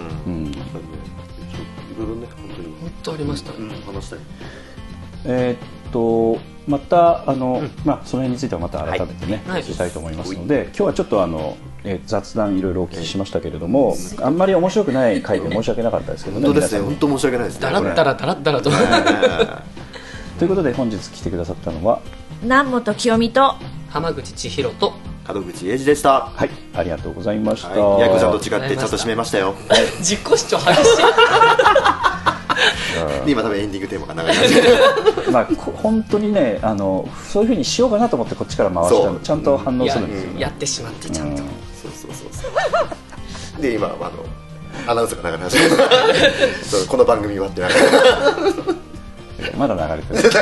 いろいろね本当に本当ありましたね、 うん、話したい。 えー、っとまたあの、うんまあ、その辺についてはまた改めてね、はい、したいと思いますので、はい、今日はちょっとあの、えー、雑談いろいろお聞きしましたけれども、うん、あんまり面白くない回で申し訳なかったですけどね。 本当ですね、本当申し訳ないですね。 だらだらだらだらとということで本日来てくださったのは南本清美と浜口千尋と門口英二でした。 はい、ありがとうございました。 はい、ヤクザと違ってちゃんと締めましたよ。 自己主張激しい今多分エンディングテーマが流れてる。 まあ本当にねあのそういう風にしようかなと思ってこっちから回したらちゃんと反応するんですよ、ね、 や, やってしまってちゃんと、うん、 そうそうそうそうで今あのアナウンスが流れ始めたこの番組はって流れてまだ流れてる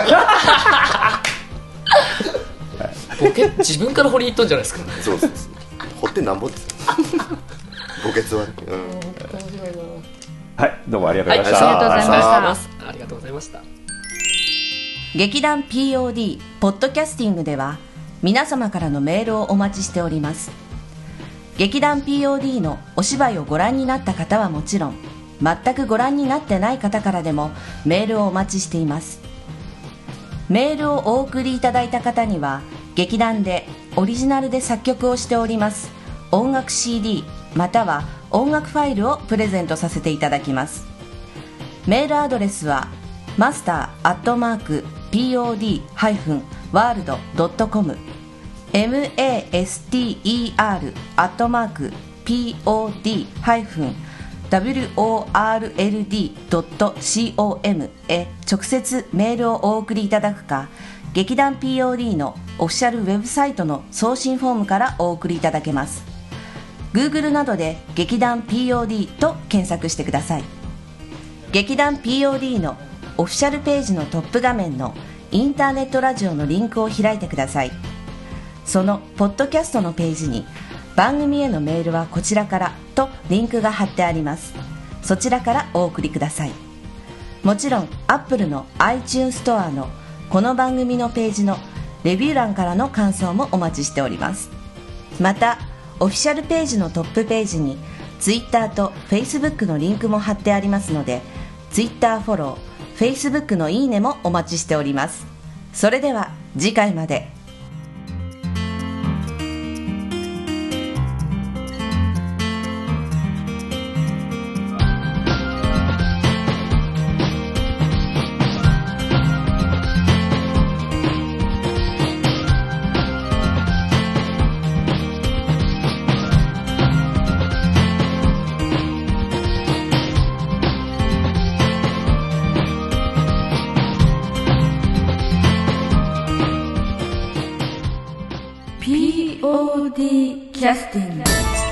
ボケ自分から掘りに行っとんじゃないですか。 そうそうそう掘ってなんぼです墓穴は、うん、 はい、どうもありがとうございました。 はい、ありがとうございました。ありがとうございました。 劇団 ピーオーディー ポッドキャスティングでは皆様からのメールをお待ちしております。劇団 ピーオーディー のお芝居をご覧になった方はもちろん、全くご覧になってない方からでもメールをお待ちしています。メールをお送りいただいた方には劇団でオリジナルで作曲をしております音楽 シーディー または音楽ファイルをプレゼントさせていただきます。メールアドレスはマスターアットマーク ピーオーディー ハイフン ワールド ドット コム マスター アットマーク ピーオーディー ハイフン ワールド ドット コム へ直接メールをお送りいただくか、劇団 ピーオーディー のオフィシャルウェブサイトの送信フォームからお送りいただけます。 Google などで劇団 ピーオーディー と検索してください。劇団 ピーオーディー のオフィシャルページのトップ画面のインターネットラジオのリンクを開いてください。そのポッドキャストのページに番組へのメールはこちらからとリンクが貼ってあります。そちらからお送りください。もちろん Apple の iTunes ストアのこの番組のページのレビュー欄からの感想もお待ちしております。またオフィシャルページのトップページに Twitter と Facebook のリンクも貼ってありますので、 Twitter フォロー、 Facebook のいいねもお待ちしております。それでは次回まで。ピーオーディー キャスティング。